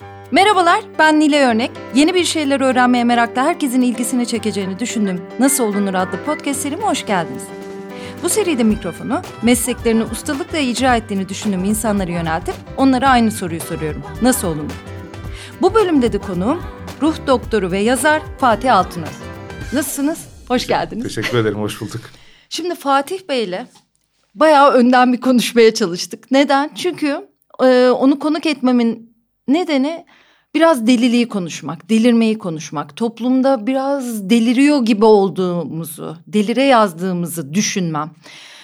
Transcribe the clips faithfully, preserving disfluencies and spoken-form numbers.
Merhabalar, ben Nilay Örnek. Yeni bir şeyler öğrenmeye merakla herkesin ilgisini çekeceğini düşündüğüm Nasıl Olunur adlı podcast serime hoş geldiniz. Bu seride mikrofonu mesleklerini ustalıkla icra ettiğini düşündüğüm insanlara yöneltip onlara aynı soruyu soruyorum. Nasıl olunur? Bu bölümde de konuğum ruh doktoru ve yazar Fatih Altınöz. Nasılsınız? Hoş geldiniz. Teşekkür ederim, hoş bulduk. Şimdi Fatih Bey'le bayağı önden bir konuşmaya çalıştık. Neden? Çünkü e, onu konuk etmemin nedeni biraz deliliği konuşmak, delirmeyi konuşmak. Toplumda biraz deliriyor gibi olduğumuzu, delire yazdığımızı düşünmem.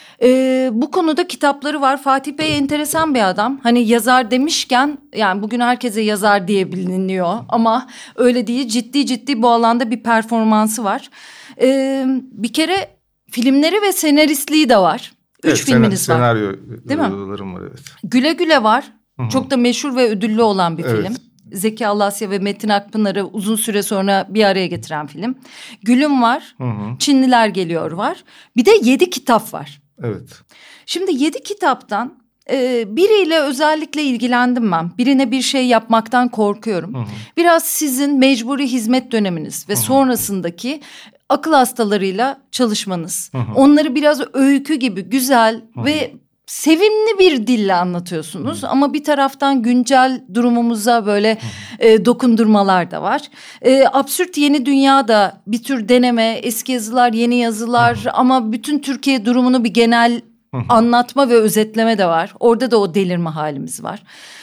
Ee, bu konuda kitapları var. Fatih Bey enteresan bir adam. Hani yazar demişken, yani bugün herkese yazar diye biliniyor ama öyle değil. Ciddi ciddi bu alanda bir performansı var. Ee, bir kere filmleri ve senaristliği de var. Üç evet, filminiz sen, var. Senaryolarım var, evet. Güle Güle var. Hı-hı. Çok da meşhur ve ödüllü olan bir evet. film. Zeki Alasya ve Metin Akpınar'ı uzun süre sonra bir araya getiren film. Gülüm var. Hı-hı. Çinliler Geliyor var. Bir de yedi kitap var. Evet. Şimdi yedi kitaptan e, biriyle özellikle ilgilendim ben. Birine bir şey yapmaktan korkuyorum. Hı-hı. Biraz sizin mecburi hizmet döneminiz ve Hı-hı. sonrasındaki akıl hastalarıyla çalışmanız. Hı-hı. Onları biraz öykü gibi güzel Hı-hı. ve sevimli bir dille anlatıyorsunuz. Hı. Ama bir taraftan güncel durumumuza böyle e, dokundurmalar da var. E, absürt Yeni Dünya da bir tür deneme, eski yazılar, yeni yazılar Hı. ama bütün Türkiye durumunu bir genel Hı. anlatma ve özetleme de var. Orada da o delirme halimiz var.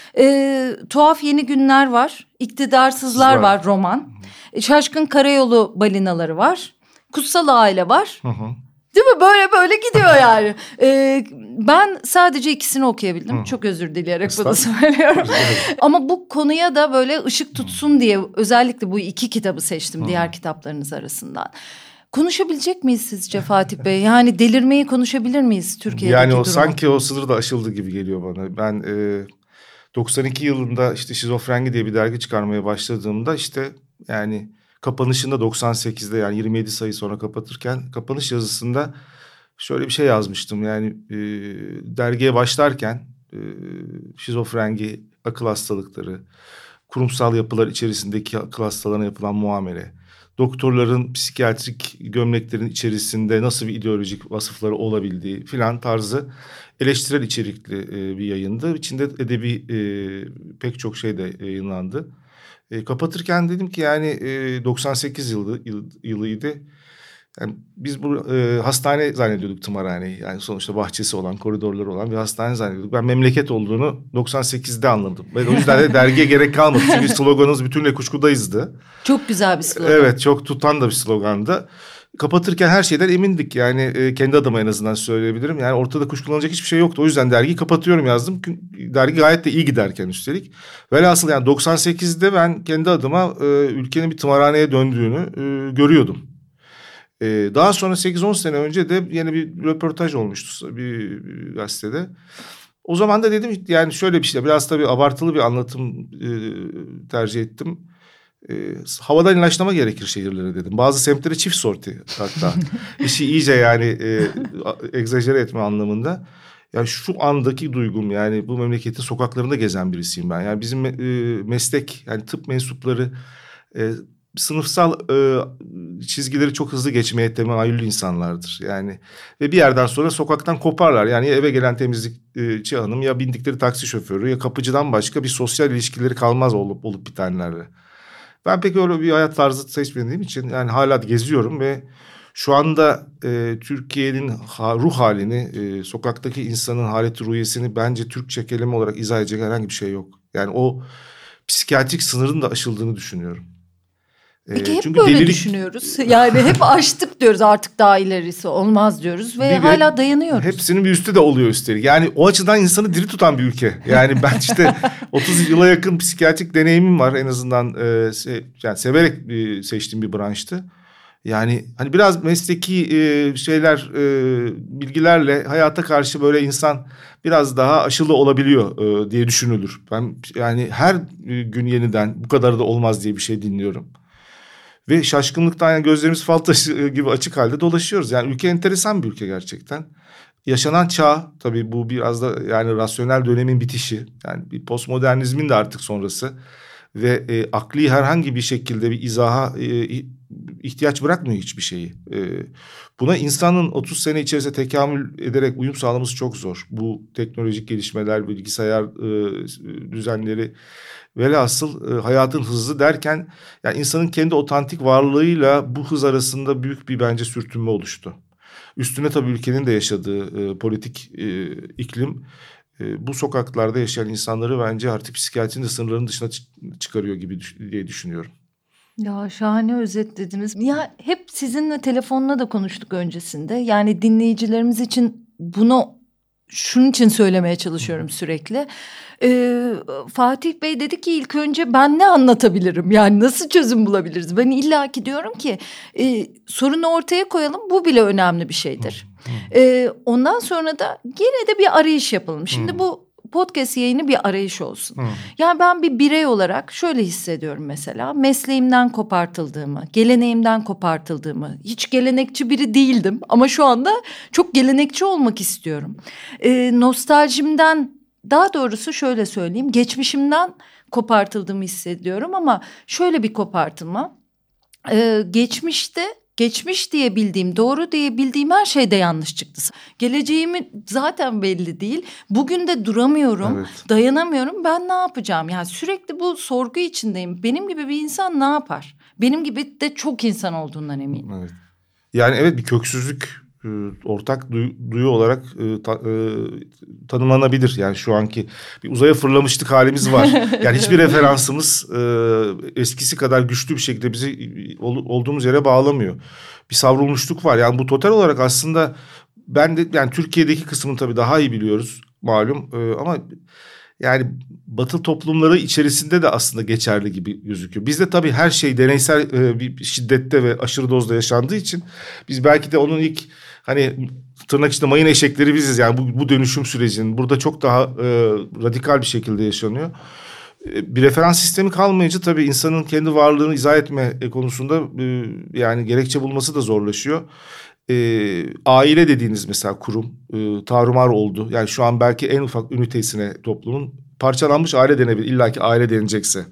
E, Tuhaf Yeni Günler var, İktidarsızlar var, var roman. E, Şaşkın Karayolu Balinaları var, Kutsal Aile var. Hı hı. Değil mi? Böyle böyle gidiyor yani. Ee, ben sadece ikisini okuyabildim. Hı. Çok özür dileyerek bunu söylüyorum. Ama bu konuya da böyle ışık tutsun diye özellikle bu iki kitabı seçtim Hı. diğer kitaplarınız arasından. Konuşabilecek miyiz sizce Fatih Bey? Yani delirmeyi konuşabilir miyiz Türkiye'deki yani o durumu? Sanki o sınır da aşıldı gibi geliyor bana. Ben e, doksan iki yılında işte Şizofrengi diye bir dergi çıkarmaya başladığımda işte yani... Kapanışında doksan sekizde yani yirmi yedi sayı sonra kapatırken kapanış yazısında şöyle bir şey yazmıştım. Yani e, dergiye başlarken e, şizofrengi, akıl hastalıkları, kurumsal yapılar içerisindeki akıl hastalarına yapılan muamele, doktorların psikiyatrik gömleklerin içerisinde nasıl bir ideolojik vasıfları olabildiği filan tarzı eleştirel içerikli e, bir yayındı. İçinde edebi e, pek çok şey de yayınlandı. E, kapatırken dedim ki yani e, doksan sekiz yılı, yıl, yılıydı. Yani biz bu e, hastane zannediyorduk tımarhaneyi. Yani sonuçta bahçesi olan, koridorları olan bir hastane zannediyorduk. Ben memleket olduğunu doksan sekizde anladım. Ve o yüzden de dergiye gerek kalmadı. Çünkü sloganımız bütünle kuşkudayızdı. Çok güzel bir slogan. Evet, çok tutan da bir slogandı. Kapatırken her şeyden emindik. Yani e, kendi adıma en azından söyleyebilirim. Yani ortada kuşkulanacak hiçbir şey yoktu. O yüzden dergiyi kapatıyorum yazdım. Dergi gayet de iyi giderken üstelik. Velhasıl yani doksan sekizde ben kendi adıma e, ülkenin bir tımarhaneye döndüğünü e, görüyordum. E, daha sonra sekiz on sene önce de yeni bir röportaj olmuştu bir, bir gazetede. O zaman da dedim yani şöyle bir şey. Biraz tabii abartılı bir anlatım e, tercih ettim. E, havadan ilaçlama gerekir şehirlere dedim. Bazı semtlere çift sorti hatta. İşi iyice yani e, egzajere etme anlamında. Yani şu andaki duygum yani bu memleketin sokaklarında gezen birisiyim ben. Yani bizim e, meslek yani tıp mensupları e, sınıfsal e, çizgileri çok hızlı geçmeye temayüllü insanlardır. Yani ve bir yerden sonra sokaktan koparlar. Yani ya eve gelen temizlikçi hanım ya bindikleri taksi şoförü ya kapıcıdan başka bir sosyal ilişkileri kalmaz olup olup bitenlerle. Ben pek öyle bir hayat tarzı seçmediğim için yani hala geziyorum ve şu anda e, Türkiye'nin ha, ruh halini, e, sokaktaki insanın haleti ruhiyesini bence Türkçe kelime olarak izah edecek herhangi bir şey yok. Yani o psikiyatrik sınırın da aşıldığını düşünüyorum. Peki e, hep çünkü böyle delilik... düşünüyoruz. Yani hep aştık diyoruz artık daha ilerisi olmaz diyoruz ve bir, hala dayanıyoruz. Hepsinin bir üstü de oluyor üstelik. Yani o açıdan insanı diri tutan bir ülke. Yani ben işte otuz yıla yakın psikiyatrik deneyimim var en azından e, se, yani severek e, seçtiğim bir branştı. Yani hani biraz mesleki e, şeyler e, bilgilerle hayata karşı böyle insan biraz daha aşılı olabiliyor e, diye düşünülür. Ben yani her gün yeniden bu kadar da olmaz diye bir şey dinliyorum. Ve şaşkınlıktan yani gözlerimiz fal taşı gibi açık halde dolaşıyoruz. Yani ülke enteresan bir ülke gerçekten. Yaşanan çağ tabii bu biraz da yani rasyonel dönemin bitişi. Yani bir postmodernizmin de artık sonrası. ve e, akli herhangi bir şekilde bir izaha e, ihtiyaç bırakmıyor hiçbir şeyi. E, buna insanın otuz sene içerisinde tekamül ederek uyum sağlaması çok zor. Bu teknolojik gelişmeler, bilgisayar e, düzenleri, velhasıl e, hayatın hızı derken yani insanın kendi otantik varlığıyla bu hız arasında büyük bir bence sürtünme oluştu. Üstüne tabii ülkenin de yaşadığı e, politik e, iklim e, bu sokaklarda yaşayan insanları bence artık psikiyatrinin de sınırlarının dışına ç- çıkarıyor gibi düş- diye düşünüyorum. Ya şahane özetlediniz. Ya hep sizinle telefonla da konuştuk öncesinde. Yani dinleyicilerimiz için bunu şunun için söylemeye çalışıyorum sürekli. Ee, Fatih Bey dedi ki ilk önce ben ne anlatabilirim? Yani nasıl çözüm bulabiliriz? Ben illaki diyorum ki e, sorunu ortaya koyalım. Bu bile önemli bir şeydir. Ee, ondan sonra da gene de bir arayış yapalım. Şimdi bu podcast yayını bir arayış olsun. Hmm. Yani ben bir birey olarak şöyle hissediyorum mesela. Mesleğimden kopartıldığımı, geleneğimden kopartıldığımı. Hiç gelenekçi biri değildim ama şu anda çok gelenekçi olmak istiyorum. Ee, nostaljimden, daha doğrusu şöyle söyleyeyim, geçmişimden kopartıldığımı hissediyorum ama şöyle bir kopartılma. Ee, geçmişte geçmiş diye bildiğim, doğru diye bildiğim her şeyde yanlış çıktı. Geleceğimi zaten belli değil. Bugün de duramıyorum, evet. dayanamıyorum. Ben ne yapacağım? Yani sürekli bu sorgu içindeyim. Benim gibi bir insan ne yapar? Benim gibi de çok insan olduğundan eminim. Evet. Yani evet, bir köksüzlük e, ortak duyu, duyu olarak e, ta, e, tanımlanabilir. Yani şu anki bir uzaya fırlamışlık halimiz var. Yani hiçbir referansımız e, eskisi kadar güçlü bir şekilde bizi ol, olduğumuz yere bağlamıyor. Bir savrulmuşluk var. Yani bu total olarak aslında ben de yani Türkiye'deki kısmını tabii daha iyi biliyoruz malum e, ama yani Batı toplumları içerisinde de aslında geçerli gibi gözüküyor. Bizde tabii her şey deneysel e, bir şiddette ve aşırı dozda yaşandığı için biz belki de onun ilk hani tırnak içinde mayın eşekleri biziz. Yani bu, bu dönüşüm sürecinin burada çok daha e, radikal bir şekilde yaşanıyor. E, bir referans sistemi kalmayınca tabii insanın kendi varlığını izah etme konusunda e, yani gerekçe bulması da zorlaşıyor. E, aile dediğiniz mesela kurum e, tarumar oldu. Yani şu an belki en ufak ünitesine toplumun parçalanmış aile denebilir. İlla ki aile denilecekse.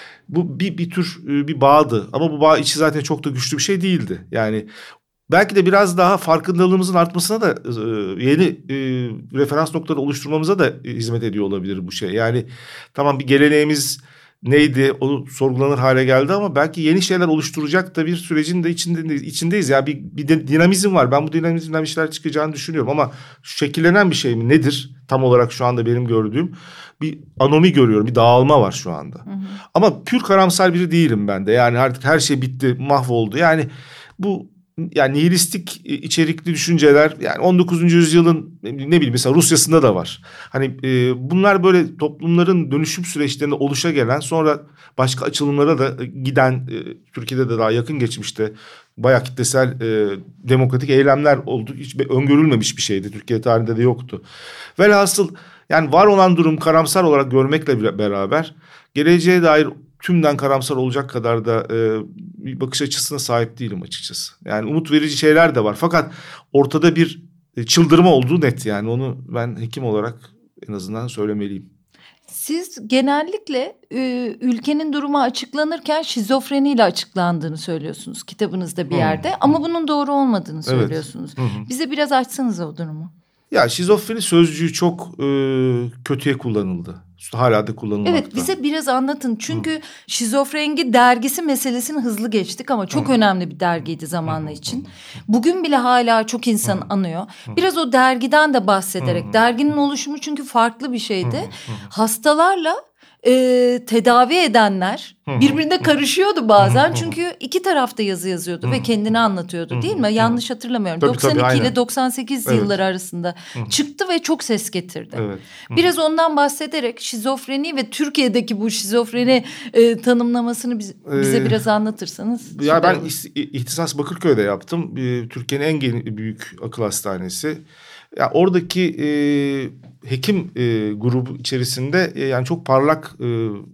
Bu bir, bir tür e, bir bağdı ama bu bağ içi zaten çok da güçlü bir şey değildi. Yani belki de biraz daha farkındalığımızın artmasına da e, yeni e, referans noktaları oluşturmamıza da hizmet ediyor olabilir bu şey. Yani tamam, bir geleneğimiz neydi, o sorgulanır hale geldi ama belki yeni şeyler oluşturacak da bir sürecin de içinde, içindeyiz. Yani bir, bir de dinamizm var. Ben bu dinamizmden bir şeyler çıkacağını düşünüyorum ama şekillenen bir şey mi nedir? Tam olarak şu anda benim gördüğüm bir anomi görüyorum. Bir dağılma var şu anda. Hı hı. Ama pür karamsar biri değilim ben de. Yani artık her şey bitti, mahvoldu. Yani bu yani nihilistik içerikli düşünceler yani on dokuzuncu yüzyılın ne bileyim mesela Rusya'sında da var. Hani e, bunlar böyle toplumların dönüşüm süreçlerinde oluşa gelen, sonra başka açılımlara da giden, e, Türkiye'de de daha yakın geçmişte bayağı kitlesel e, demokratik eylemler oldu. Hiç öngörülmemiş bir şeydi. Türkiye tarihinde de yoktu. Velhasıl yani var olan durum karamsar olarak görmekle beraber geleceğe dair tümden karamsar olacak kadar da e, bir bakış açısına sahip değilim açıkçası. Yani umut verici şeyler de var. Fakat ortada bir e, çıldırma olduğu net, yani onu ben hekim olarak en azından söylemeliyim. Siz genellikle e, ülkenin durumu açıklanırken şizofreniyle açıklandığını söylüyorsunuz kitabınızda bir yerde. Hmm. Ama bunun doğru olmadığını söylüyorsunuz. Evet. Hmm. Bize biraz açsanız o durumu. Ya şizofreni sözcüğü çok e, kötüye kullanıldı. Hala da kullanılmakta. Evet, bize biraz anlatın. Çünkü Hı. Şizofrengi dergisi meselesini hızlı geçtik ama çok Hı. önemli bir dergiydi zamanla Hı. için. Bugün bile hala çok insan Hı. anıyor. Biraz o dergiden de bahsederek. Hı. Derginin oluşumu çünkü farklı bir şeydi. Hı. Hı. Hastalarla e, tedavi edenler Hı-hı. birbirine karışıyordu bazen. Hı-hı. Çünkü iki tarafta yazı yazıyordu Hı-hı. ve kendini anlatıyordu Hı-hı. değil mi? Hı-hı. Yanlış hatırlamıyorum. Tabii, doksan iki tabii, ile doksan sekiz evet. yılları arasında Hı-hı. çıktı ve çok ses getirdi. Evet. Biraz ondan bahsederek şizofreni ve Türkiye'deki bu şizofreni e, tanımlamasını bize, ee, bize biraz anlatırsanız. Ya ben olur. İhtisas Bakırköy'de yaptım. Türkiye'nin en büyük akıl hastanesi. Ya oradaki e, hekim e, grubu içerisinde e, yani çok parlak e,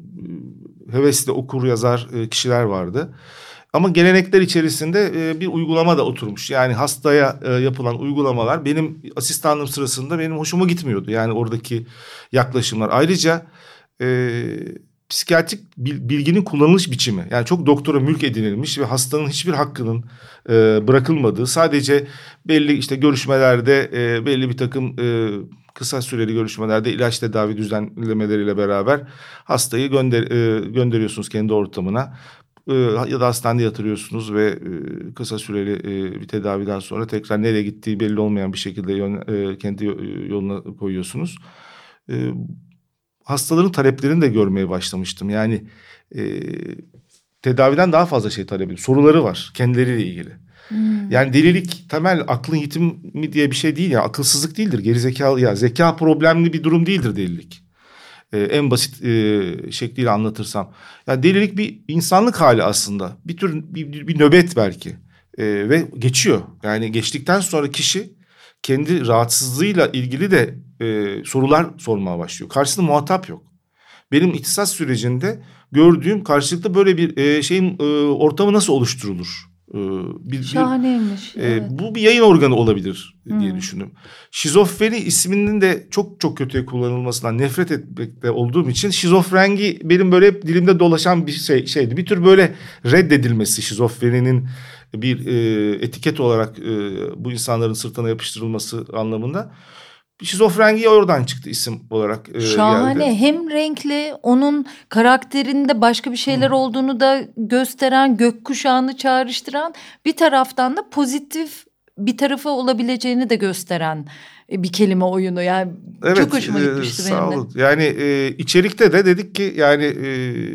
hevesli okur yazar e, kişiler vardı. Ama gelenekler içerisinde e, bir uygulama da oturmuş. Yani hastaya e, yapılan uygulamalar benim asistanlığım sırasında benim hoşuma gitmiyordu. Yani oradaki yaklaşımlar. Ayrıca e, psikiyatrik bilginin kullanılış biçimi. Yani çok doktora mülk edinilmiş ve hastanın hiçbir hakkının e, bırakılmadığı, sadece belli işte görüşmelerde e, belli bir takım e, kısa süreli görüşmelerde ilaç tedavi düzenlemeleriyle beraber hastayı gönder, e, gönderiyorsunuz kendi ortamına. E, ya da hastanede yatırıyorsunuz ve e, kısa süreli e, bir tedaviden sonra tekrar nereye gittiği belli olmayan bir şekilde yön, e, kendi yoluna koyuyorsunuz. E, hastaların taleplerini de görmeye başlamıştım. Yani e, tedaviden daha fazla şey talep ediyor. Soruları var kendileriyle ilgili. Hmm. Yani delilik temel aklın yitimi diye bir şey değil ya. Akılsızlık değildir. Gerizekalı ya. Zeka problemli bir durum değildir delilik. Ee, en basit e, şekliyle anlatırsam. Yani delilik bir insanlık hali aslında. Bir tür bir, bir nöbet belki. Ee, ve geçiyor. Yani geçtikten sonra kişi kendi rahatsızlığıyla ilgili de e, sorular sormaya başlıyor. Karşısında muhatap yok. Benim ihtisas sürecinde gördüğüm karşılıklı böyle bir e, şeyin e, ortamı nasıl oluşturulur? E, bir, Şahaneymiş. Bir, evet. e, bu bir yayın organı olabilir hmm. diye düşündüm. Şizofreni isminin de çok çok kötüye kullanılmasından nefret etmekte olduğum için şizofrengi benim böyle hep dilimde dolaşan bir şey, şeydi. Bir tür böyle reddedilmesi şizofreninin bir e, etiket olarak e, bu insanların sırtına yapıştırılması anlamında. Şizofrengi oradan çıktı isim olarak e, Şahane. geldi. Hem renkli, onun karakterinde başka bir şeyler hmm. olduğunu da gösteren, gökkuşağını çağrıştıran, bir taraftan da pozitif bir tarafı olabileceğini de gösteren bir kelime oyunu. Yani evet, çok hoşuma gitmişti e, benim sağ de. olun. Yani e, içerikte de dedik ki yani e,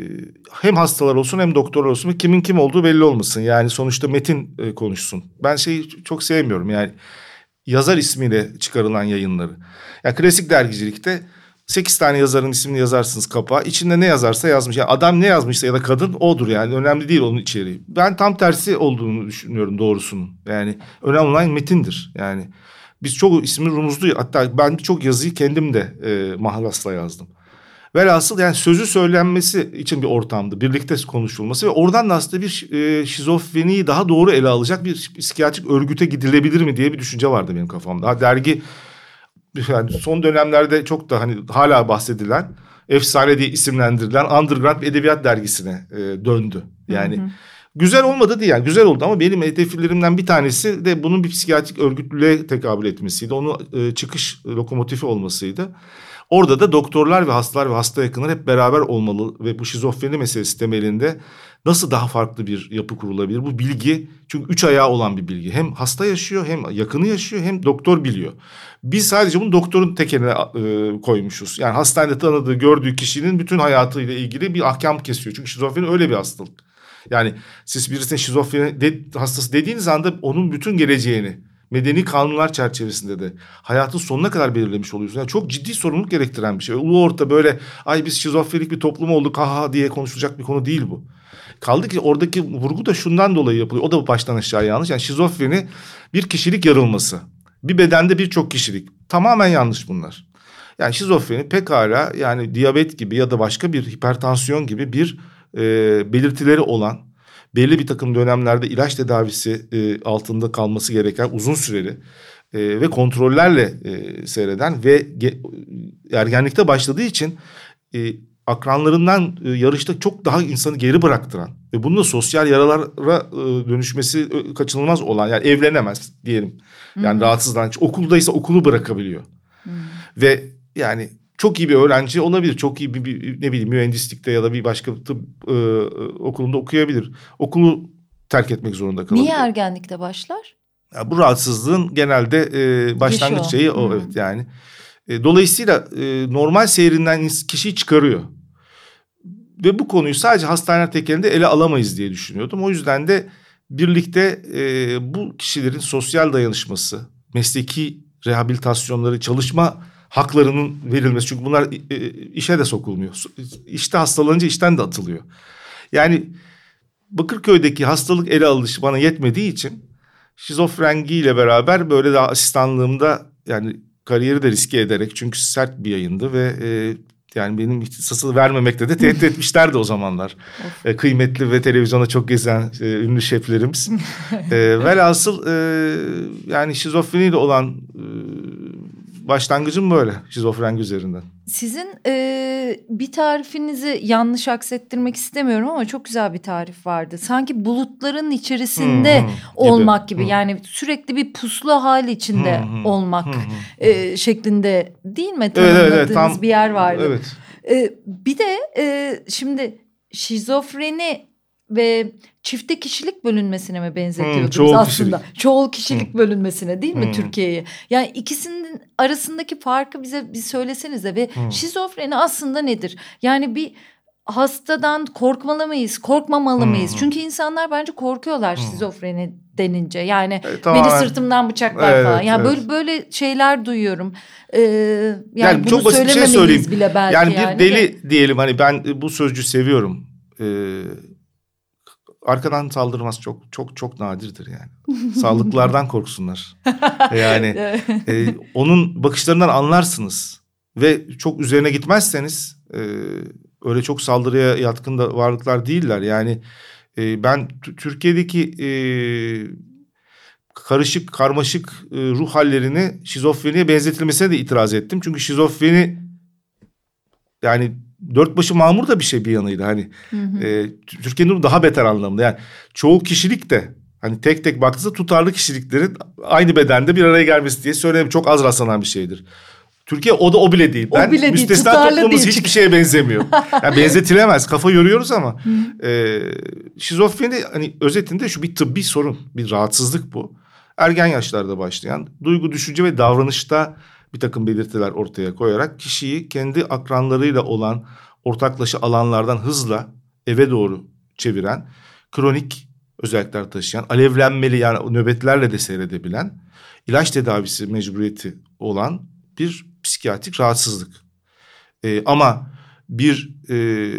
hem hastalar olsun hem doktorlar olsun, kimin kim olduğu belli olmasın. Yani sonuçta metin e, konuşsun. Ben şeyi çok sevmiyorum yani. Yazar ismiyle çıkarılan yayınları. Yani klasik dergicilikte sekiz tane yazarın ismini yazarsınız kapağa. İçinde ne yazarsa yazmış. Yani adam ne yazmışsa ya da kadın odur yani. Önemli değil onun içeriği. Ben tam tersi olduğunu düşünüyorum doğrusunun. Yani önemli olan metindir. Yani biz çok ismi rumuzlu. Hatta ben çok yazıyı kendim de e, mahlasla yazdım. Velhasıl yani sözü söylenmesi için bir ortamdı. Birlikte konuşulması ve oradan da aslında bir e, şizofreniyi daha doğru ele alacak bir psikiyatrik örgüte gidilebilir mi diye bir düşünce vardı benim kafamda. Ha, dergi yani son dönemlerde çok da hani hala bahsedilen, efsane diye isimlendirilen underground bir edebiyat dergisine e, döndü. Yani hı hı. Güzel olmadı değil yani, güzel oldu ama benim hedeflerimden bir tanesi de bunun bir psikiyatrik örgütlüğe tekabül etmesiydi. Onun e, çıkış lokomotifi olmasıydı. Orada da doktorlar ve hastalar ve hasta yakınları hep beraber olmalı ve bu şizofreni meselesi temelinde nasıl daha farklı bir yapı kurulabilir? Bu bilgi çünkü üç ayağı olan bir bilgi. Hem hasta yaşıyor, hem yakını yaşıyor, hem doktor biliyor. Biz sadece bunu doktorun tekeline e, koymuşuz. Yani hastanede tanıdığı, gördüğü kişinin bütün hayatıyla ilgili bir ahkam kesiyor. Çünkü şizofreni öyle bir hastalık. Yani siz birisine şizofreni de, hastası dediğiniz anda onun bütün geleceğini, medeni kanunlar çerçevesinde de hayatın sonuna kadar belirlemiş oluyorsun. Yani çok ciddi sorumluluk gerektiren bir şey. Ulu orta böyle ay biz şizofrenik bir toplum olduk ha ha diye konuşulacak bir konu değil bu. Kaldı ki oradaki vurgu da şundan dolayı yapılıyor. O da baştan aşağı yanlış. Yani şizofreni bir kişilik yarılması. Bir bedende birçok kişilik. Tamamen yanlış bunlar. Yani şizofreni pekala yani diyabet gibi ya da başka bir hipertansiyon gibi bir e, belirtileri olan, belli bir takım dönemlerde ilaç tedavisi e, altında kalması gereken uzun süreli e, ve kontrollerle e, seyreden ve ge, ergenlikte başladığı için e, akranlarından e, yarışta çok daha insanı geri bıraktıran ve bunun da sosyal yaralara e, dönüşmesi e, kaçınılmaz olan, yani evlenemez diyelim. Yani hmm. rahatsızlan, okuldaysa okulu bırakabiliyor. Hmm. Ve yani çok iyi bir öğrenci olabilir. Çok iyi bir, bir ne bileyim mühendislikte ya da bir başka tıp e, okulunda okuyabilir. Okulu terk etmek zorunda kalabilir. Niye ergenlikte başlar? Ya bu rahatsızlığın genelde e, başlangıç Yaşı şeyi o, o hmm. evet yani. E, dolayısıyla e, normal seyrinden kişiyi çıkarıyor. Ve bu konuyu sadece hastaneler tekelinde ele alamayız diye düşünüyordum. O yüzden de birlikte e, bu kişilerin sosyal dayanışması, mesleki rehabilitasyonları, çalışma haklarının verilmesi. Çünkü bunlar e, işe de sokulmuyor. İşte hastalanınca işten de atılıyor. Yani Bakırköy'deki hastalık ele alınışı bana yetmediği için şizofrengiyle beraber böyle daha asistanlığımda yani kariyeri de riske ederek, çünkü sert bir yayındı ve e, yani benim ihtisası vermemekte de tehdit etmişlerdi o zamanlar. e, kıymetli ve televizyona çok gezen e, ünlü şeflerimiz. e, velhasıl e, yani şizofreniyle olan e, başlangıcım böyle şizofrengi üzerinden. Sizin e, bir tarifinizi yanlış aksettirmek istemiyorum ama çok güzel bir tarif vardı. Sanki bulutların içerisinde hmm, olmak gibi, gibi. Hmm. Yani sürekli bir puslu hal içinde hmm, olmak hmm, e, şeklinde değil mi? Tanımladığınız evet, evet, tam, bir yer vardı. Evet. E, bir de e, şimdi şizofreni ve çifte kişilik bölünmesine mi benzetiyordunuz hmm, çoğul aslında? Kişilik. Çoğul kişilik hmm. bölünmesine değil mi hmm. Türkiye'yi? Yani ikisinin arasındaki farkı bize bir söylesenize ve hmm. şizofreni aslında nedir? Yani bir hastadan korkmalı mıyız, korkmamalı hmm. mıyız? Çünkü insanlar bence korkuyorlar hmm. şizofreni denince. Yani e, tamam. beni sırtımdan bıçaklar evet, falan. Yani evet. böyle böyle şeyler duyuyorum. Ee, yani, yani bunu çok basit bir şey söyleyeyim. Bile belki yani bir yani deli de. diyelim, hani ben bu sözcüğü seviyorum. Ee, arkadan saldırmaz çok çok çok nadirdir yani. Sağlıklılardan korksunlar. Yani e, onun bakışlarından anlarsınız ve çok üzerine gitmezseniz e, öyle çok saldırıya yatkın da varlıklar değiller. Yani e, ben t- Türkiye'deki e, karışık karmaşık e, ruh hallerini şizofreniye benzetilmesine de itiraz ettim. Çünkü şizofreni yani dört başı mamur da bir şey bir yanıydı. Hani hı hı. E, Türkiye'nin durumu daha beter anlamda. Yani çoğu kişilik de hani tek tek baktığınızda tutarlı kişiliklerin aynı bedende bir araya gelmesi diye söyleyeyim, çok az rastlanan bir şeydir. Türkiye o da o bile değil. Ben, o bile müstesna değil, toplumumuz değil. hiçbir şeye benzemiyor. Yani benzetilemez. Kafa yoruyoruz ama e, şizofreni hani özetinde şu bir tıbbi sorun, bir rahatsızlık bu. Ergen yaşlarda başlayan duygu, düşünce ve davranışta bir takım belirtiler ortaya koyarak kişiyi kendi akranlarıyla olan ortaklaşa alanlardan hızla eve doğru çeviren, kronik özellikler taşıyan, alevlenmeli yani nöbetlerle de seyredebilen, ilaç tedavisi mecburiyeti olan bir psikiyatrik rahatsızlık. Ee, ama bir e,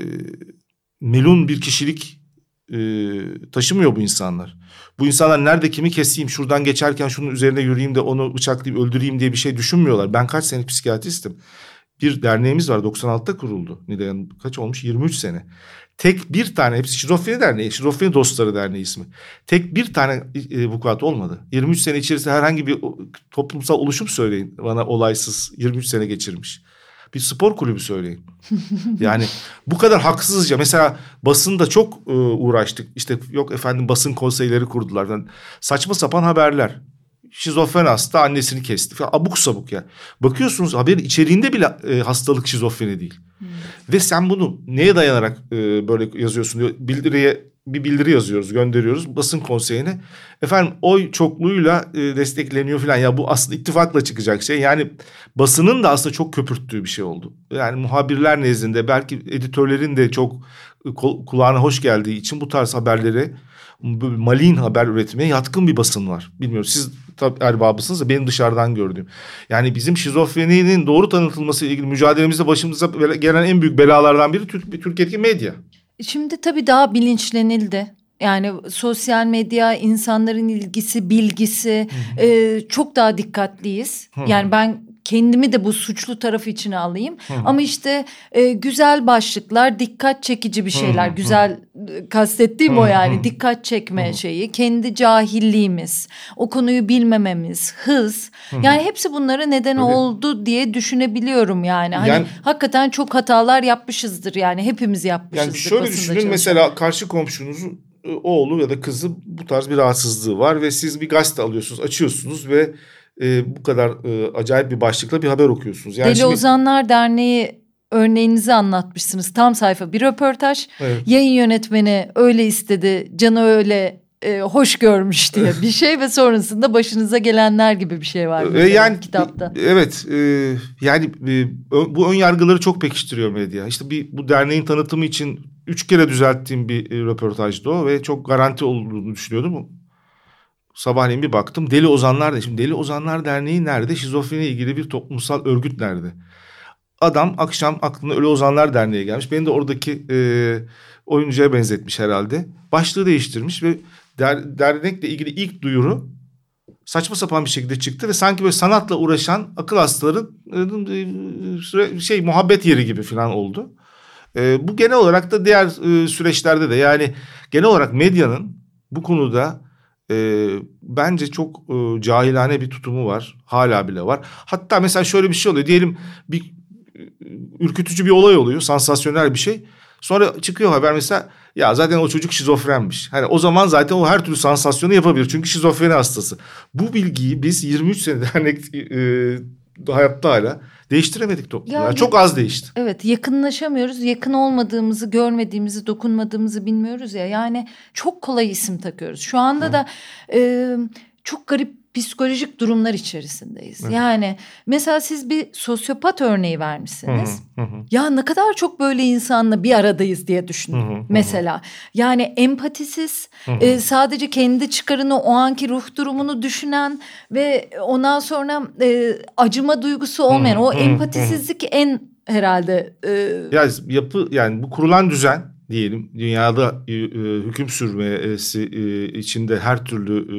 melun bir kişilik e, taşımıyor bu insanlar. Bu insanlar nerede kimi keseyim, şuradan geçerken şunun üzerine yürüyeyim de onu bıçaklayıp öldüreyim diye bir şey düşünmüyorlar. Ben kaç senelik psikiyatristim. Bir derneğimiz var, doksan altıda kuruldu. Neden kaç olmuş? yirmi üç sene. Tek bir tane, hepsi Şizofreni Derneği, Şizofreni Dostları Derneği ismi. Tek bir tane e, vukuat olmadı. yirmi üç sene içerisinde herhangi bir toplumsal oluşum söyleyin bana olaysız yirmi üç sene geçirmiş. Bir spor kulübü söyleyin. Yani bu kadar haksızca, mesela basında çok e, uğraştık. İşte yok efendim basın konseyleri kurdular. Yani saçma sapan haberler. Şizofren hasta annesini kesti falan, abuk sabuk ya. Bakıyorsunuz haberin içeriğinde bile e, hastalık şizofreni değil. Hmm. Ve sen bunu neye dayanarak e, böyle yazıyorsun diyor. Bildiriye bir bildiri yazıyoruz, gönderiyoruz basın konseyine. Efendim oy çokluğuyla e, destekleniyor falan. Ya bu aslında ittifakla çıkacak şey. Yani basının da aslında çok köpürttüğü bir şey oldu. Yani muhabirler nezdinde belki editörlerin de çok e, kulağına hoş geldiği için bu tarz haberleri, malin haber üretmeye yatkın bir basın var. Bilmiyorum siz tabii erbabısınız da benim dışarıdan gördüğüm. Yani bizim şizofreninin doğru tanıtılması ile ilgili mücadelemizde başımıza gelen en büyük belalardan biri Türkiye'deki medya. Şimdi tabii daha bilinçlenildi. Yani sosyal medya, insanların ilgisi, bilgisi e, çok daha dikkatliyiz. Hı-hı. Yani ben kendimi de bu suçlu tarafı içine alayım. Hı-hı. Ama işte e, güzel başlıklar, dikkat çekici bir şeyler. Hı-hı. Güzel e, kastettiğim Hı-hı. o yani dikkat çekme Hı-hı. şeyi. Kendi cahilliğimiz, o konuyu bilmememiz, hız. Hı-hı. Yani hepsi bunlara neden Öyle. oldu diye düşünebiliyorum yani. Hani yani, hakikaten çok hatalar yapmışızdır yani, hepimiz yapmışızdır. Yani şöyle düşünün çalışan. Mesela karşı komşunuzun oğlu ya da kızı bu tarz bir rahatsızlığı var ve siz bir gazete alıyorsunuz, açıyorsunuz ve e, bu kadar e, acayip bir başlıkla bir haber okuyorsunuz. Yani Deli şimdi... Ozanlar Derneği örneğinizi anlatmışsınız. Tam sayfa bir röportaj. Evet. Yayın yönetmeni öyle istedi, canı öyle e, hoş görmüş diye bir şey ve sonrasında başınıza gelenler gibi bir şey var mesela, yani kitapta. Evet, e, yani e, bu ön yargıları çok pekiştiriyor medya. İşte bir bu derneğin tanıtımı için üç kere düzelttiğim bir e, röportajdı o ve çok garanti olduğunu düşünüyordum. Sabahleyin bir baktım, Deli Ozanlar da. Şimdi Deli Ozanlar Derneği nerede? Şizofreni ilgili bir toplumsal örgüt nerede? Adam akşam aklına Ölü Ozanlar Derneği gelmiş. Beni de oradaki e, oyuncuya benzetmiş herhalde. Başlığı değiştirmiş ve der, dernekle ilgili ilk duyuru saçma sapan bir şekilde çıktı ve sanki böyle sanatla uğraşan akıl hastaların e, şey muhabbet yeri gibi falan oldu. E, bu genel olarak da diğer e, süreçlerde de, yani genel olarak medyanın bu konuda e, bence çok e, cahilane bir tutumu var. Hala bile var. Hatta mesela şöyle bir şey oluyor. Diyelim bir ürkütücü bir olay oluyor, sansasyonel bir şey. Sonra çıkıyor haber mesela, ya zaten o çocuk şizofrenmiş. Hani o zaman zaten o her türlü sansasyonu yapabilir çünkü şizofreni hastası. Bu bilgiyi biz yirmi üç senedir hani, e, hayatta hala değiştiremedik toplumda. Yani çok az değişti. Evet, yakınlaşamıyoruz. Yakın olmadığımızı, görmediğimizi, dokunmadığımızı bilmiyoruz ya. Yani çok kolay isim takıyoruz. Şu anda Hı. da e, çok garip psikolojik durumlar içerisindeyiz. Evet. Yani mesela siz bir sosyopat örneği vermişsiniz. Hı hı hı. Ya ne kadar çok böyle insanla bir aradayız diye düşündüm. Hı hı hı. Mesela yani empatisiz, hı hı. E, sadece kendi çıkarını, o anki ruh durumunu düşünen ve ondan sonra e, acıma duygusu olmayan, hı hı. o empatisizlik hı hı. en herhalde. E... Ya yapı, yani bu kurulan düzen diyelim, dünyada e, e, hüküm sürmesi e, içinde her türlü e,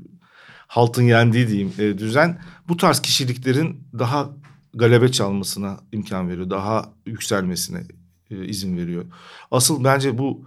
haltın yendiği diyeyim e, düzen bu tarz kişiliklerin daha galebe çalmasına imkan veriyor. Daha yükselmesine e, izin veriyor. Asıl bence bu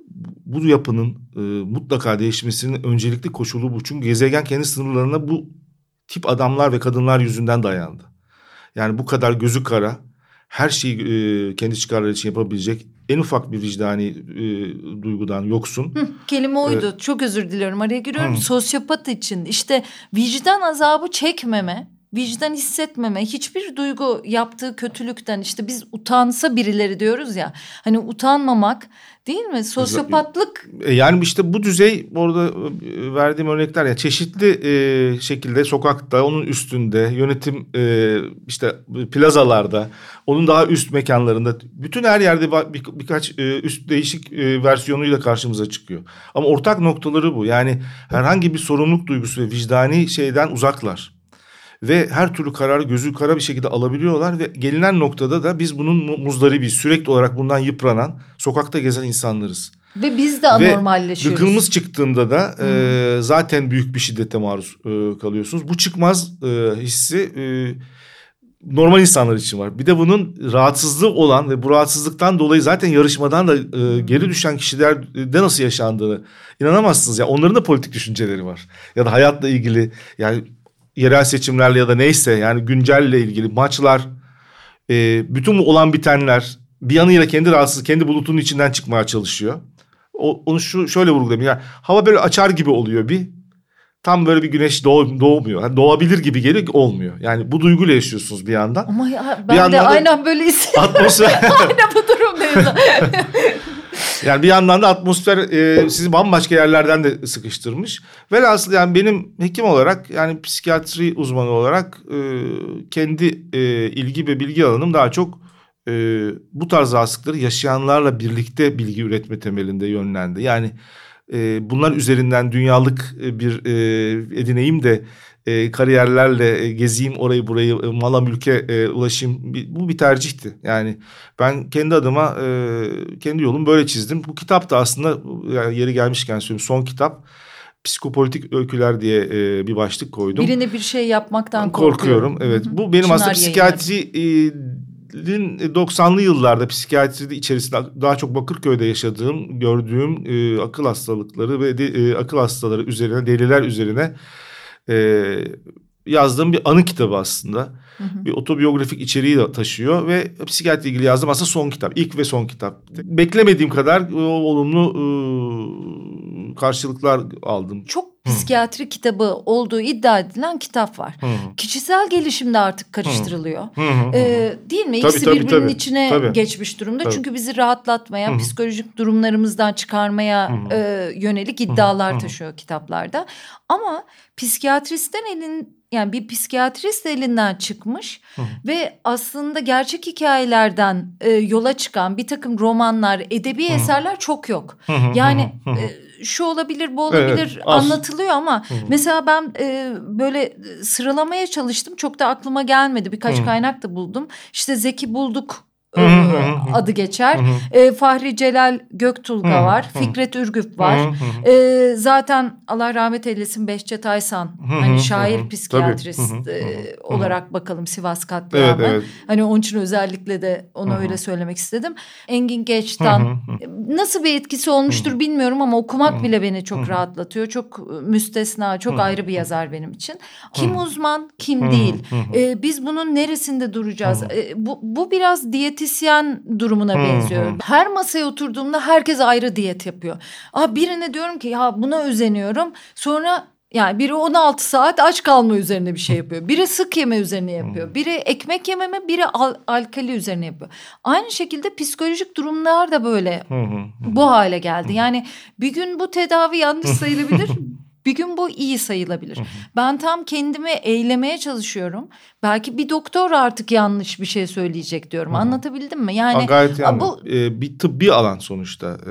bu yapının e, mutlaka değişmesinin öncelikli koşulu bu. Çünkü gezegen kendi sınırlarına bu tip adamlar ve kadınlar yüzünden dayandı. Yani bu kadar gözü kara, her şeyi e, kendi çıkarları için yapabilecek, en ufak bir vicdani e, duygudan yoksun. Hı, kelime oydu. Ee, Çok özür diliyorum. Araya giriyorum. Hı. Sosyopat için işte vicdan azabı çekmeme, vicdan hissetmeme, hiçbir duygu yaptığı kötülükten, işte biz utansa birileri diyoruz ya. Hani utanmamak değil mi? Sosyopatlık. Yani işte bu düzey, orada verdiğim örnekler ya, çeşitli e, şekilde sokakta, onun üstünde, yönetim e, işte plazalarda, onun daha üst mekanlarında, bütün her yerde bir, birkaç e, üst değişik e, versiyonuyla karşımıza çıkıyor. Ama ortak noktaları bu. Yani herhangi bir sorumluluk duygusu ve vicdani şeyden uzaklar. Ve her türlü kararı gözü kara bir şekilde alabiliyorlar ve gelinen noktada da biz bunun muzdaribi, sürekli olarak bundan yıpranan, sokakta gezen insanlarız. Ve biz de anormalleşiyoruz. Ve gıkımız çıktığında da hmm. e, zaten büyük bir şiddete maruz e, kalıyorsunuz. Bu çıkmaz e, hissi e, normal insanlar için var. Bir de bunun rahatsızlığı olan ve bu rahatsızlıktan dolayı zaten yarışmadan da e, geri düşen kişilerde nasıl yaşandığını inanamazsınız. Ya onların da politik düşünceleri var. Ya da hayatla ilgili, yani yerel seçimlerle ya da neyse, yani güncelle ilgili maçlar, e, bütün bu olan bitenler, bir yanıyla kendi rahatsız, kendi bulutunun içinden çıkmaya çalışıyor. O, onu şu şöyle vurgulayayım, yani hava böyle açar gibi oluyor, bir tam böyle bir güneş doğ, doğmuyor. Yani doğabilir gibi geliyor, olmuyor. Yani bu duyguyla yaşıyorsunuz bir yandan. Ama ya, ben bir de aynen böyle hissediyorum. Atmosfer. Aynen bu durumdayım. Yani bir yandan da atmosfer e, sizi bambaşka yerlerden de sıkıştırmış. Velhasıl yani benim hekim olarak, yani psikiyatri uzmanı olarak e, kendi e, ilgi ve bilgi alanım daha çok e, bu tarz rahatsızlıkları yaşayanlarla birlikte bilgi üretme temelinde yönlendi. Yani e, bunlar üzerinden dünyalık bir e, edineyim de e, kariyerlerle e, gezeyim orayı burayı, e, mala mülke e, ulaşayım, bir, bu bir tercihti. Yani ben kendi adıma e, kendi yolumu böyle çizdim. Bu kitap da aslında, yani yeri gelmişken söyleyeyim, son kitap. Psikopolitik öyküler diye e, bir başlık koydum. Birine bir şey yapmaktan korkuyorum. korkuyorum. Evet, hı-hı. Bu benim Çınar aslında psikiyatrinin doksanlı yıllarda psikiyatri içerisinde daha çok Bakırköy'de yaşadığım, gördüğüm e, akıl hastalıkları ve de, e, akıl hastaları üzerine, deliler üzerine e, yazdığım bir anı kitabı aslında. Hı hı. Bir otobiyografik içeriği de taşıyor ve psikiyatri ilgili yazdığım aslında son kitap. İlk ve son kitap. Beklemediğim kadar e, olumlu e, karşılıklar aldım. Çok psikiyatri Hı. kitabı olduğu iddia edilen kitap var. Hı. Kişisel gelişimde artık karıştırılıyor. Hı. Hı. Ee, değil mi? Tabii, İkisi tabii, birbirinin tabii. içine Tabii. geçmiş durumda. Tabii. Çünkü bizi rahatlatmaya, Hı. psikolojik durumlarımızdan çıkarmaya e, yönelik iddialar Hı. taşıyor kitaplarda. Ama psikiyatristten elin yani bir psikiyatrist elinden çıkmış Hı. ve aslında gerçek hikayelerden e, yola çıkan bir takım romanlar, edebi Hı. eserler çok yok. Hı. Yani Hı. E, şu olabilir, bu olabilir evet, anlatılıyor ama Hı. mesela ben e, böyle sıralamaya çalıştım. Çok da aklıma gelmedi. Birkaç Hı. kaynak da buldum. İşte Zeki Bulduk e, adı geçer. E, Fahri Celal Göktulga var. Fikret Ürgüp var. E, zaten Allah rahmet eylesin Behçet Aysan. Hani şair psikiyatrist e, olarak bakalım Sivas katliamı. Evet, evet. Hani onun için özellikle de onu öyle söylemek istedim. Engin Geçtan nasıl bir etkisi olmuştur bilmiyorum ama okumak bile beni çok rahatlatıyor. Çok müstesna, çok ayrı bir yazar benim için. Kim uzman, kim değil. Ee, biz bunun neresinde duracağız? Ee, bu, bu biraz diyetisyen durumuna benziyor. Her masaya oturduğumda herkes ayrı diyet yapıyor. Aa, birine diyorum ki ya buna özeniyorum. Sonra yani biri on altı saat aç kalma üzerine bir şey yapıyor. Biri sık yeme üzerine yapıyor. Biri ekmek yememe, biri al- alkali üzerine yapıyor. Aynı şekilde psikolojik durumlar da böyle bu hale geldi. Yani bir gün bu tedavi yanlış sayılabilir. Bir gün bu iyi sayılabilir. Ben tam kendimi eylemeye çalışıyorum. Belki bir doktor artık yanlış bir şey söyleyecek diyorum. Anlatabildim mi? Yani ha, gayet yani. bu ee, bir tıbbi alan sonuçta e,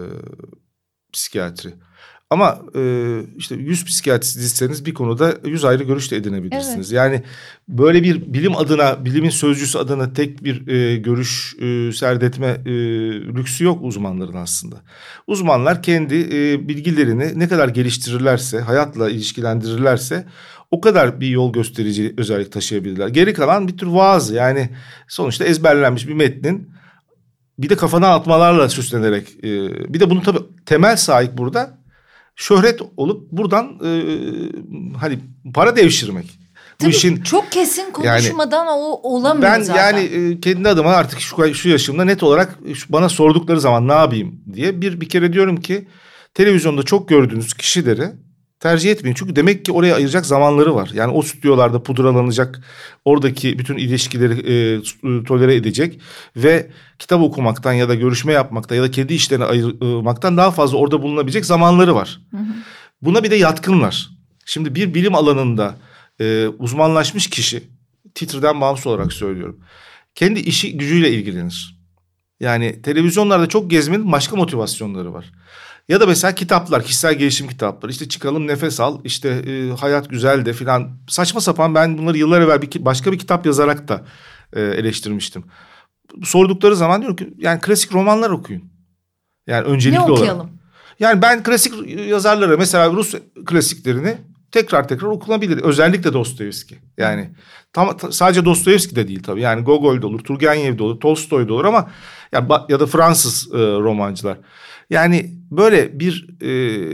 psikiyatri. Ama e, işte yüz psikiyatrist dizseniz bir konuda yüz ayrı görüş de edinebilirsiniz. Evet. Yani böyle bir bilim adına, bilimin sözcüsü adına tek bir e, görüş e, serdetme e, lüksü yok uzmanların aslında. Uzmanlar kendi e, bilgilerini ne kadar geliştirirlerse, hayatla ilişkilendirirlerse o kadar bir yol gösterici özellik taşıyabilirler. Geri kalan bir tür vaaz, yani sonuçta ezberlenmiş bir metnin bir de kafana atmalarla süslenerek e, bir de bunun tabii temel sahip burada şöhret olup buradan e, hani para devşirmek. Tabii bu işin çok kesin konuşmadan yani, o olamıyor ben zaten. Ben yani e, kendi adıma artık şu, şu yaşımda net olarak şu, bana sordukları zaman ne yapayım diye bir bir kere diyorum ki televizyonda çok gördüğünüz kişileri tercih etmeyin. Çünkü demek ki oraya ayıracak zamanları var. Yani o stüdyolarda pudralanacak, oradaki bütün ilişkileri e, tolere edecek ve kitap okumaktan ya da görüşme yapmaktan ya da kendi işlerine ayırmaktan daha fazla orada bulunabilecek zamanları var. Hı hı. Buna bir de yatkınlar. Şimdi bir bilim alanında e, uzmanlaşmış kişi, titreden bağımsız olarak söylüyorum, kendi işi gücüyle ilgilenir. Yani televizyonlarda çok gezmenin başka motivasyonları var. Ya da mesela kitaplar, kişisel gelişim kitapları. İşte çıkalım nefes al, işte e, hayat güzel de filan. Saçma sapan, ben bunları yıllar evvel bir, başka bir kitap yazarak da e, eleştirmiştim. Sordukları zaman diyorum ki yani klasik romanlar okuyun. Yani öncelikli olarak. Ne okuyalım? Yani ben klasik yazarları, mesela Rus klasiklerini tekrar tekrar okunabilir. Özellikle Dostoyevski. Yani tam sadece Dostoyevski de değil tabii. Yani Gogol de olur, Turgenev de olur, Tolstoy da olur ama ya, ya da Fransız e, romancılar. Yani böyle bir e,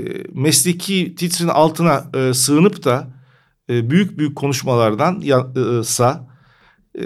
mesleki titrin altına e, sığınıp da e, büyük büyük konuşmalardan sa e,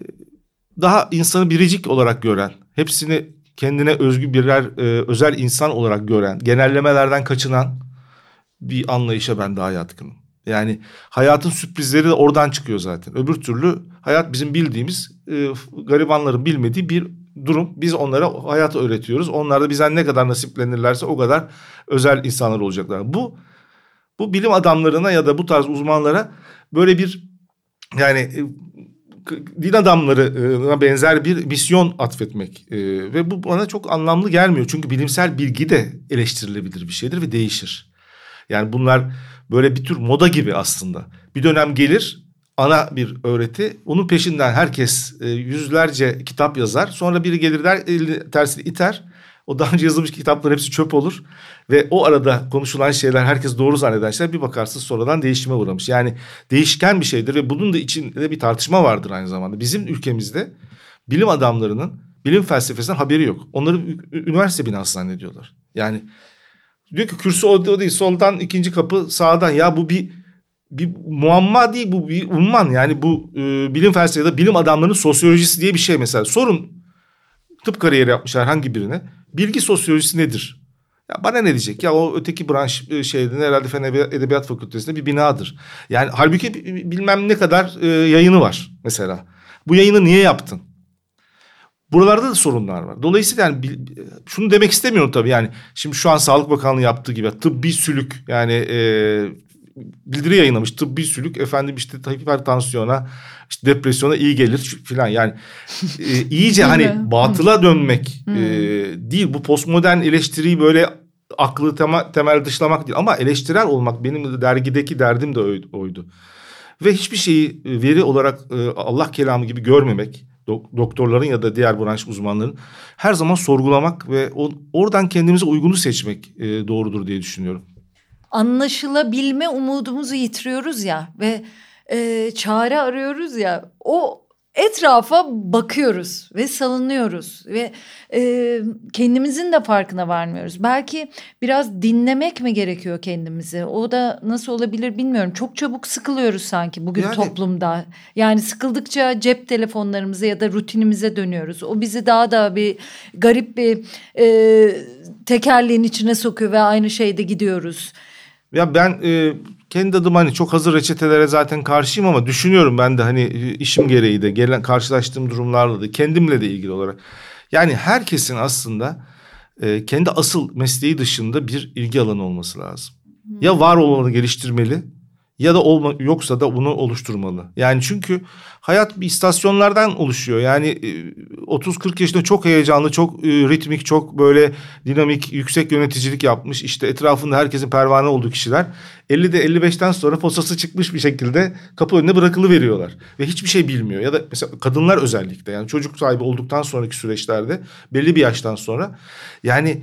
daha insanı biricik olarak gören, hepsini kendine özgü birer e, özel insan olarak gören, genellemelerden kaçınan bir anlayışa ben daha yatkınım. Yani hayatın sürprizleri de oradan çıkıyor zaten. Öbür türlü hayat bizim bildiğimiz, e, garibanların bilmediği bir durum. Biz onlara hayatı öğretiyoruz. Onlar da bizden ne kadar nasiplenirlerse o kadar özel insanlar olacaklar. Bu bu bilim adamlarına ya da bu tarz uzmanlara böyle bir yani e, din adamlarına benzer bir misyon atfetmek e, ve bu bana çok anlamlı gelmiyor. Çünkü bilimsel bilgi de eleştirilebilir bir şeydir ve değişir. Yani bunlar böyle bir tür moda gibi aslında. Bir dönem gelir ana bir öğreti, onun peşinden herkes e, yüzlerce kitap yazar. Sonra biri gelir der, elini tersini iter. O daha önce yazılmış kitapların hepsi çöp olur. Ve o arada konuşulan şeyler herkes doğru zanneden şeyler, bir bakarsınız sonradan değişime uğramış. Yani değişken bir şeydir ve bunun da içinde bir tartışma vardır aynı zamanda. Bizim ülkemizde bilim adamlarının bilim felsefesinden haberi yok. Onları üniversite binası zannediyorlar. Yani diyor ki kürsü o değil, soldan ikinci kapı sağdan. Ya bu bir bir muamma değil, bu bir umman. Yani bu e, bilim felsefesi ya da bilim adamlarının sosyolojisi diye bir şey mesela. Sorun, tıp kariyeri yapmış herhangi birine, bilgi sosyolojisi nedir? Ya bana ne diyecek? Ya o öteki branş şeyden herhalde Fen Edebiyat Fakültesi'nde bir binadır. Yani halbuki bilmem ne kadar e, yayını var mesela. Bu yayını niye yaptın? Buralarda da sorunlar var. Dolayısıyla yani şunu demek istemiyorum tabii, yani şimdi şu an Sağlık Bakanlığı yaptığı gibi tıbbi sülük, yani e, bildiri yayınlamış, tıbbi sülük efendim işte hipertansiyona, işte depresyona iyi gelir filan. Yani e, iyice hani batıla dönmek e, değil, bu postmodern eleştiriyi böyle aklı tema, temel dışlamak değil ama eleştirel olmak benim dergideki derdim de oydu. Ve hiçbir şeyi veri olarak e, Allah kelamı gibi görmemek, doktorların ya da diğer branş uzmanların her zaman sorgulamak ve o, oradan kendimize uygunu seçmek e, doğrudur diye düşünüyorum. Anlaşılabilme umudumuzu yitiriyoruz ya ve e, çare arıyoruz ya, o etrafa bakıyoruz ve salınıyoruz ve e, kendimizin de farkına varmıyoruz. Belki biraz dinlemek mi gerekiyor kendimizi? O da nasıl olabilir bilmiyorum. Çok çabuk sıkılıyoruz sanki bugün yani, toplumda. Yani sıkıldıkça cep telefonlarımıza ya da rutinimize dönüyoruz. O bizi daha da bir garip bir e, tekerleğin içine sokuyor ve aynı şeyde gidiyoruz. Ya ben e, kendi adıma hani çok hazır reçetelere zaten karşıyım ama düşünüyorum ben de hani işim gereği de gelen karşılaştığım durumlarla da kendimle de ilgili olarak. Yani herkesin aslında e, kendi asıl mesleği dışında bir ilgi alanı olması lazım. Hmm. Ya var olanı geliştirmeli ya da olma, yoksa da bunu oluşturmalı. Yani çünkü hayat bir istasyonlardan oluşuyor. Yani otuz kırk yaşında çok heyecanlı, çok ritmik, çok böyle dinamik, yüksek yöneticilik yapmış. İşte etrafında herkesin pervane olduğu kişiler ellide elli beşten sonra posası çıkmış bir şekilde kapı önüne bırakılıveriyorlar. Ve hiçbir şey bilmiyor. Ya da mesela kadınlar özellikle, yani çocuk sahibi olduktan sonraki süreçlerde belli bir yaştan sonra yani...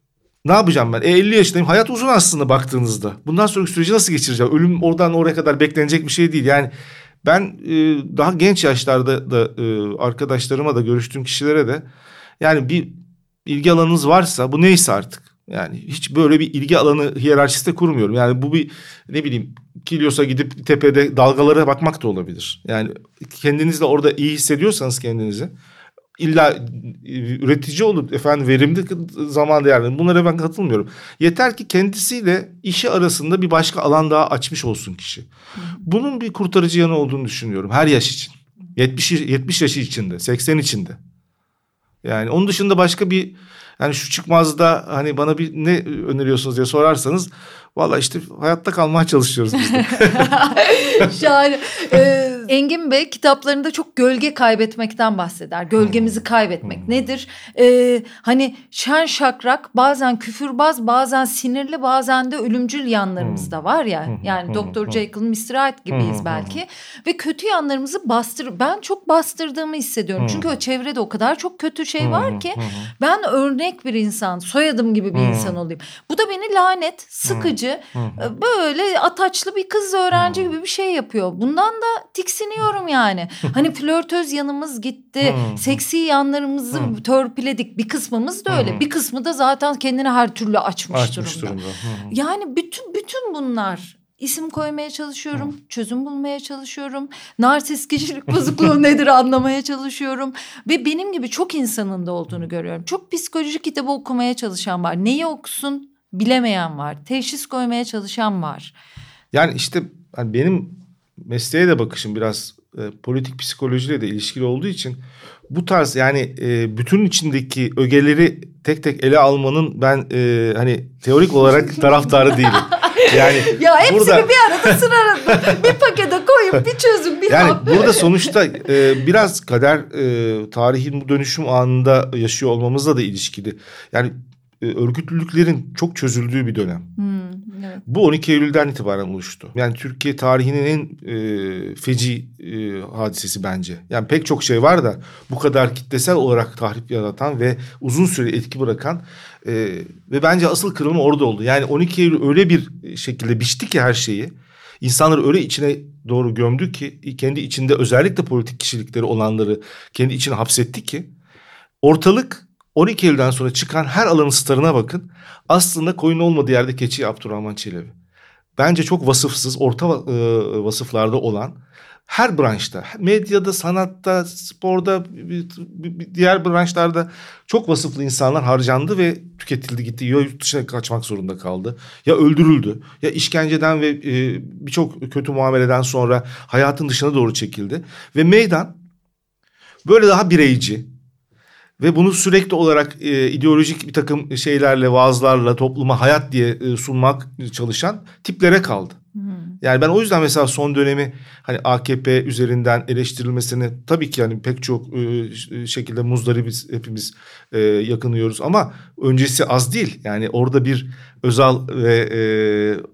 Ne yapacağım ben? E, elli yaşındayım. Hayat uzun aslında baktığınızda. Bundan sonraki süreci nasıl geçireceğim? Ölüm oradan oraya kadar beklenecek bir şey değil. Yani ben e, daha genç yaşlarda da e, arkadaşlarıma da görüştüğüm kişilere de yani bir ilgi alanınız varsa bu neyse artık. Yani hiç böyle bir ilgi alanı hiyerarşisi de kurmuyorum. Yani bu bir ne bileyim Kilyos'a gidip tepede dalgalara bakmak da olabilir. Yani kendinizle orada iyi hissediyorsanız kendinizi... İlla üretici olup efendim verimli zaman değerli. Bunlara ben katılmıyorum. Yeter ki kendisiyle işi arasında bir başka alan daha açmış olsun kişi. Bunun bir kurtarıcı yanı olduğunu düşünüyorum her yaş için. yetmiş yetmiş yaşı içinde, seksen içinde. Yani onun dışında başka bir yani şu çıkmazda hani bana bir ne öneriyorsunuz diye sorarsanız valla işte hayatta kalmaya çalışıyoruz biz de. Şahane. Ee, Engin Bey kitaplarında çok gölge kaybetmekten bahseder. Gölgemizi kaybetmek hmm. nedir? Ee, hani şen şakrak, bazen küfürbaz, bazen sinirli, bazen de ölümcül yanlarımız da var ya. Yani Doktor Jekyll, mister Hyde gibiyiz belki. Ve kötü yanlarımızı bastır. Ben çok bastırdığımı hissediyorum. Çünkü o çevrede o kadar çok kötü şey var ki ben örnek bir insan, soyadım gibi bir insan olayım. Bu da beni lanet, sıkıcı, böyle ataçlı bir kız öğrenci gibi bir şey yapıyor. Bundan da tiksiniyorum yani. Hani flörtöz yanımız gitti. Seksi yanlarımızı törpüledik. Bir kısmımız da öyle. Bir kısmı da zaten kendini her türlü açmış, açmış durumda. durumda. Yani bütün bütün bunlar, isim koymaya çalışıyorum. Çözüm bulmaya çalışıyorum. Narsist kişilik bozukluğu nedir anlamaya çalışıyorum. Ve benim gibi çok insanın da olduğunu görüyorum. Çok psikoloji kitabı okumaya çalışan var. Neyi okusun bilemeyen var. Teşhis koymaya çalışan var. Yani işte hani benim mesleğe de bakışım biraz e, politik psikolojiyle de ilişkili olduğu için bu tarz yani e, bütünün içindeki ögeleri tek tek ele almanın ben e, hani teorik olarak taraftarı değilim. Yani ya hepsini burada... bir arada sıraladım. Bir pakete koyup bir çözüm bir yani hap. Burada sonuçta e, biraz kader e, tarihin bu dönüşüm anında yaşıyor olmamızla da ilişkili. Yani e, örgütlülüklerin çok çözüldüğü bir dönem. Hmm, evet. Bu on iki Eylül'den itibaren oluştu. Yani Türkiye tarihinin en e, feci e, hadisesi bence. Yani pek çok şey var da bu kadar kitlesel olarak tahrip yaratan ve uzun süre etki bırakan e, ve bence asıl kırılma orada oldu. Yani on iki Eylül öyle bir şekilde biçti ki her şeyi. İnsanları öyle içine doğru gömdü ki kendi içinde özellikle politik kişilikleri olanları kendi içine hapsetti ki ortalık on iki Eylül'den sonra çıkan her alanın starına bakın. Aslında koyun olmadığı yerde keçi Abdurrahman Çelebi. Bence çok vasıfsız, orta e, vasıflarda olan her branşta, medyada, sanatta, sporda, diğer branşlarda çok vasıflı insanlar harcandı ve tüketildi gitti. Ya yurt dışına kaçmak zorunda kaldı, ya öldürüldü, ya işkenceden ve e, birçok kötü muameleden sonra hayatın dışına doğru çekildi. Ve meydan böyle daha bireyci ve bunu sürekli olarak e, ideolojik bir takım şeylerle, vaazlarla topluma hayat diye e, sunmak çalışan tiplere kaldı. Hmm. Yani ben o yüzden mesela son dönemi hani A K P üzerinden eleştirilmesini tabii ki yani pek çok e, şekilde muzdaribiz hepimiz e, yakınıyoruz ama öncesi az değil. Yani orada bir Özal ve e,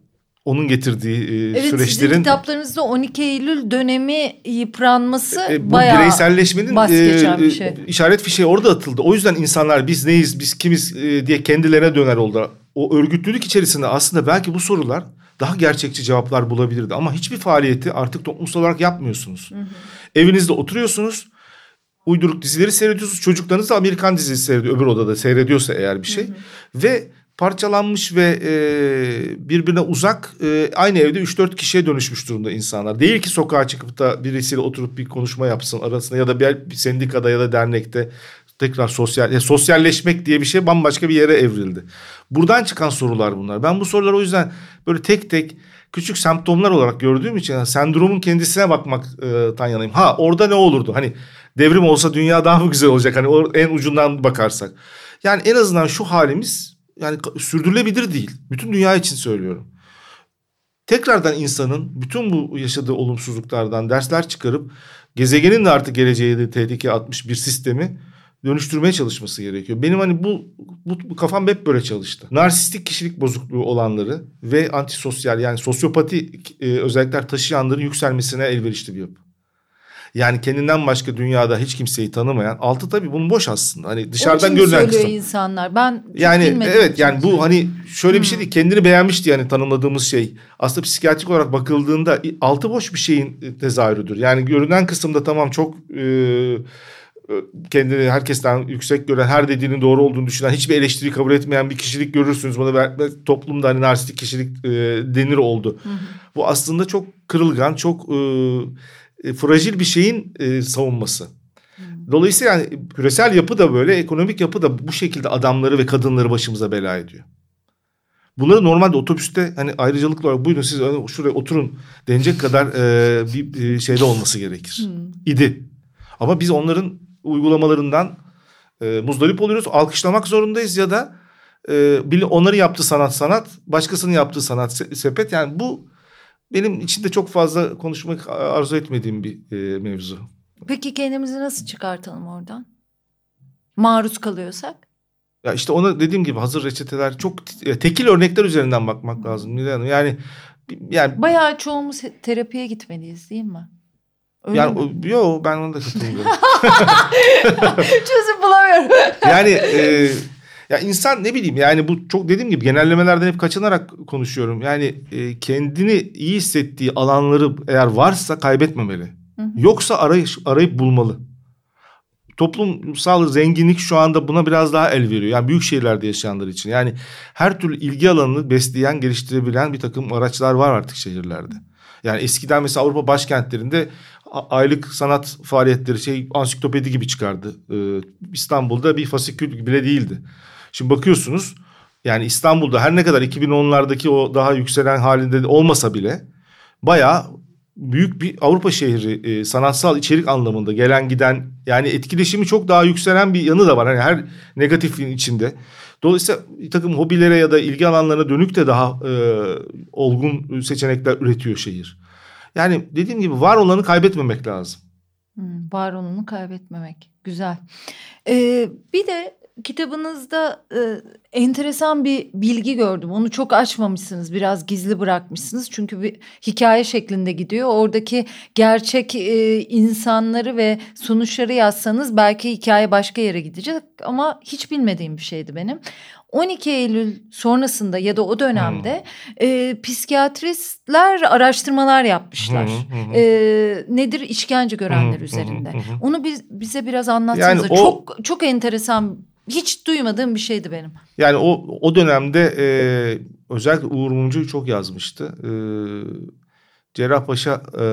onun getirdiği e, evet, süreçlerin... Evet, sizin kitaplarınızda on iki Eylül dönemi yıpranması e, bu bayağı bireyselleşmenin bas geçen bir şey. E, işaret fişeği orada atıldı. O yüzden insanlar biz neyiz, biz kimiz e, diye kendilerine döner oldu. O örgütlülük içerisinde aslında belki bu sorular daha gerçekçi cevaplar bulabilirdi. Ama hiçbir faaliyeti artık toplumsal olarak yapmıyorsunuz. Hı hı. Evinizde oturuyorsunuz, uyduruk dizileri seyrediyorsunuz. Çocuklarınız da Amerikan dizisi seyrediyor. Öbür odada seyrediyorsa eğer bir şey. Hı hı. Ve parçalanmış ve e, birbirine uzak e, aynı evde üç dört kişiye dönüşmüş durumda insanlar. Değil ki sokağa çıkıp da birisiyle oturup bir konuşma yapsın arasında ya da bir, bir sendikada ya da dernekte tekrar sosyal ya sosyalleşmek diye bir şey bambaşka bir yere evrildi. Buradan çıkan sorular bunlar. Ben bu soruları o yüzden böyle tek tek küçük semptomlar olarak gördüğüm için yani sendromun kendisine bakmaktan yanayım. Ha orada ne olurdu? Hani devrim olsa dünya daha mı güzel olacak? Hani o en ucundan bakarsak. Yani en azından şu halimiz yani sürdürülebilir değil. Bütün dünya için söylüyorum. Tekrardan insanın bütün bu yaşadığı olumsuzluklardan dersler çıkarıp gezegenin de artık geleceğe de tehlikeye atmış bir sistemi dönüştürmeye çalışması gerekiyor. Benim hani bu, bu, bu kafam hep böyle çalıştı. Narsistik kişilik bozukluğu olanları ve antisosyal yani sosyopati e, özellikler taşıyanların yükselmesine elverişli bir yapı. Yani kendinden başka dünyada hiç kimseyi tanımayan altı tabii bunun boş aslında. Hani dışarıdan görünen kısım. insanlar. Ben çok yani evet yani bu söylüyorum. hani şöyle hmm. bir şey değil. Kendini beğenmişti yani tanımladığımız şey. Aslında psikiyatrik olarak bakıldığında altı boş bir şeyin tezahürüdür. Yani görünen kısımda tamam çok e, kendini herkesten yüksek gören, her dediğinin doğru olduğunu düşünen, hiçbir eleştiriyi kabul etmeyen bir kişilik görürsünüz. Buna toplumda hani narsistik kişilik e, denir oldu. Hı hı. Bu aslında çok kırılgan, çok e, e, fragil bir şeyin e, savunması. Hı. Dolayısıyla yani küresel yapı da böyle, ekonomik yapı da bu şekilde adamları ve kadınları başımıza bela ediyor. Bunları normalde otobüste hani ayrıcalıklı olarak buyurun siz şuraya oturun denecek kadar e, bir, bir şeyde olması gerekir. Hı. İdi. Ama biz onların uygulamalarından e, muzdarip oluyoruz. Alkışlamak zorundayız ya da e, onların yaptığı sanat sanat, başkasının yaptığı sanat sepet. Yani bu benim içinde çok fazla konuşmak arzu etmediğim bir e, mevzu. Peki kendimizi nasıl çıkartalım oradan? Maruz kalıyorsak? Ya işte ona dediğim gibi hazır reçeteler çok tekil örnekler üzerinden bakmak lazım. Yani yani bayağı çoğumuz terapiye gitmeliyiz değil mi? Öyle yani yok ben ona da katılmıyorum. Çözüm bulamıyorum. yani e, ya insan ne bileyim yani bu çok dediğim gibi genellemelerden hep kaçınarak konuşuyorum. Yani e, kendini iyi hissettiği alanları eğer varsa kaybetmemeli. Hı hı. Yoksa arayış, arayıp bulmalı. Toplumsal zenginlik şu anda buna biraz daha el veriyor. Yani büyük şehirlerde yaşayanlar için. Yani her türlü ilgi alanını besleyen, geliştirebilen bir takım araçlar var artık şehirlerde. Yani eskiden mesela Avrupa başkentlerinde aylık sanat faaliyetleri şey ansiklopedi gibi çıkardı. Ee, İstanbul'da bir fasikül bile değildi. Şimdi bakıyorsunuz yani İstanbul'da her ne kadar iki bin onlardaki o daha yükselen halinde olmasa bile bayağı büyük bir Avrupa şehri e, sanatsal içerik anlamında gelen giden yani etkileşimi çok daha yükselen bir yanı da var. Hani her negatifliğin içinde. Dolayısıyla bir takım hobilere ya da ilgi alanlarına dönük de daha e, olgun seçenekler üretiyor şehir. Yani dediğim gibi var olanı kaybetmemek lazım. Hmm, var olanı kaybetmemek. Güzel. Ee, bir de kitabınızda e, enteresan bir bilgi gördüm. Onu çok açmamışsınız. Biraz gizli bırakmışsınız. Çünkü bir hikaye şeklinde gidiyor. Oradaki gerçek e, insanları ve sonuçları yazsanız belki hikaye başka yere gidecek. Ama hiç bilmediğim bir şeydi benim. on iki Eylül sonrasında ya da o dönemde hmm. e, psikiyatristler araştırmalar yapmışlar. Hmm, hmm. E, nedir işkence görenler hmm, üzerinde. Hmm, hmm. Onu biz, bize biraz anlatsanıza. Yani o, çok çok enteresan, hiç duymadığım bir şeydi benim. Yani o o dönemde e, özellikle Uğur Mumcu çok yazmıştı. E, Cerrahpaşa e,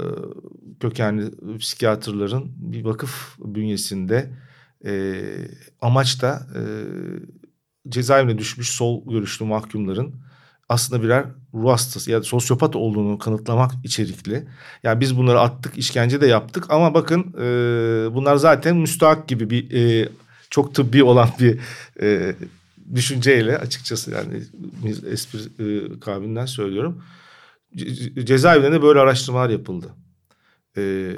kökenli psikiyatrların bir vakıf bünyesinde e, amaç da e, cezaevine düşmüş sol görüşlü mahkumların aslında birer ruh hastası ya da sosyopat olduğunu kanıtlamak içerikli. Yani biz bunları attık, işkence de yaptık ama bakın e, bunlar zaten müstahak gibi bir e, çok tıbbi olan bir e, düşünceyle açıkçası yani espri e, kabiliğinden söylüyorum. Ce- cezaevlerinde böyle araştırmalar yapıldı. Eee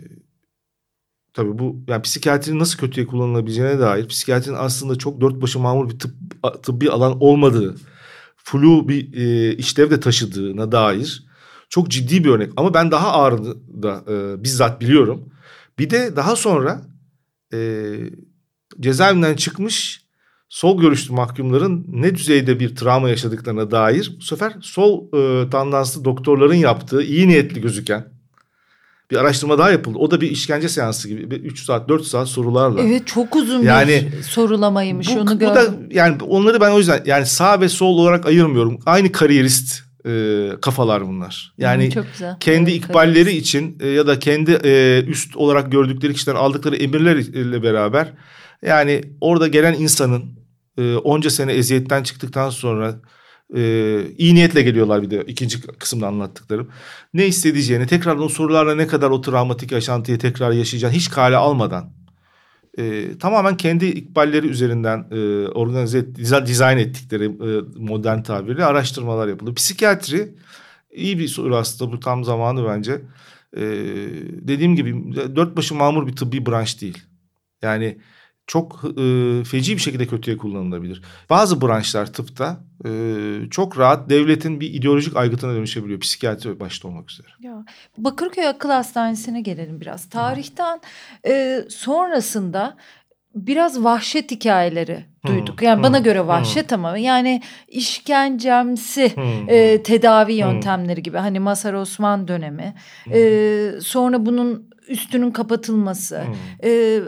Tabii bu yani psikiyatrinin nasıl kötüye kullanılabileceğine dair, psikiyatrinin aslında çok dört başı mamur bir tıp, tıbbi alan olmadığı flu bir e, işlev de taşıdığına dair çok ciddi bir örnek. Ama ben daha ağırını da e, bizzat biliyorum. Bir de daha sonra e, cezaevinden çıkmış sol görüşlü mahkumların ne düzeyde bir travma yaşadıklarına dair bu sefer sol e, tandanslı doktorların yaptığı iyi niyetli gözüken bir araştırma daha yapıldı. O da bir işkence seansı gibi. üç saat dört saat sorularla. Evet, çok uzun yani, bir sorulamaymış, bu, onu bu gördüm. Da, yani onları ben o yüzden yani sağ ve sol olarak ayırmıyorum. Aynı kariyerist e, kafalar bunlar. Yani hmm, çok güzel. Kendi evet, ikballeri kariyerist. için e, ya da kendi e, üst olarak gördükleri kişiden aldıkları emirlerle beraber yani orada gelen insanın e, onca sene eziyetten çıktıktan sonra Ee, iyi niyetle geliyorlar bir de ikinci kısımda anlattıklarım. Ne hissedeceğini, tekrar o sorularla ne kadar o travmatik yaşantıyı tekrar yaşayacağını hiç kale almadan e, tamamen kendi ikballeri üzerinden e, organize et, dizayn ettikleri e, modern tabirle araştırmalar yapıldı. Psikiyatri iyi bir soru aslında, bu tam zamanı bence. E, dediğim gibi dört başı mamur bir tıbbi branş değil. Yani çok e, feci bir şekilde kötüye kullanılabilir. Bazı branşlar tıpta e, çok rahat devletin bir ideolojik aygıtına dönüşebiliyor. Psikiyatri başta olmak üzere. Ya, Bakırköy Akıl Hastanesi'ne gelelim biraz. Tarihten e, sonrasında biraz vahşet hikayeleri hmm, duyduk. Yani hmm, bana göre vahşet hmm. ama yani işkencemsi hmm, e, tedavi yöntemleri hmm. gibi. Hani Mazhar Osman dönemi. Hmm. E, sonra bunun üstünün kapatılması. Hmm. E,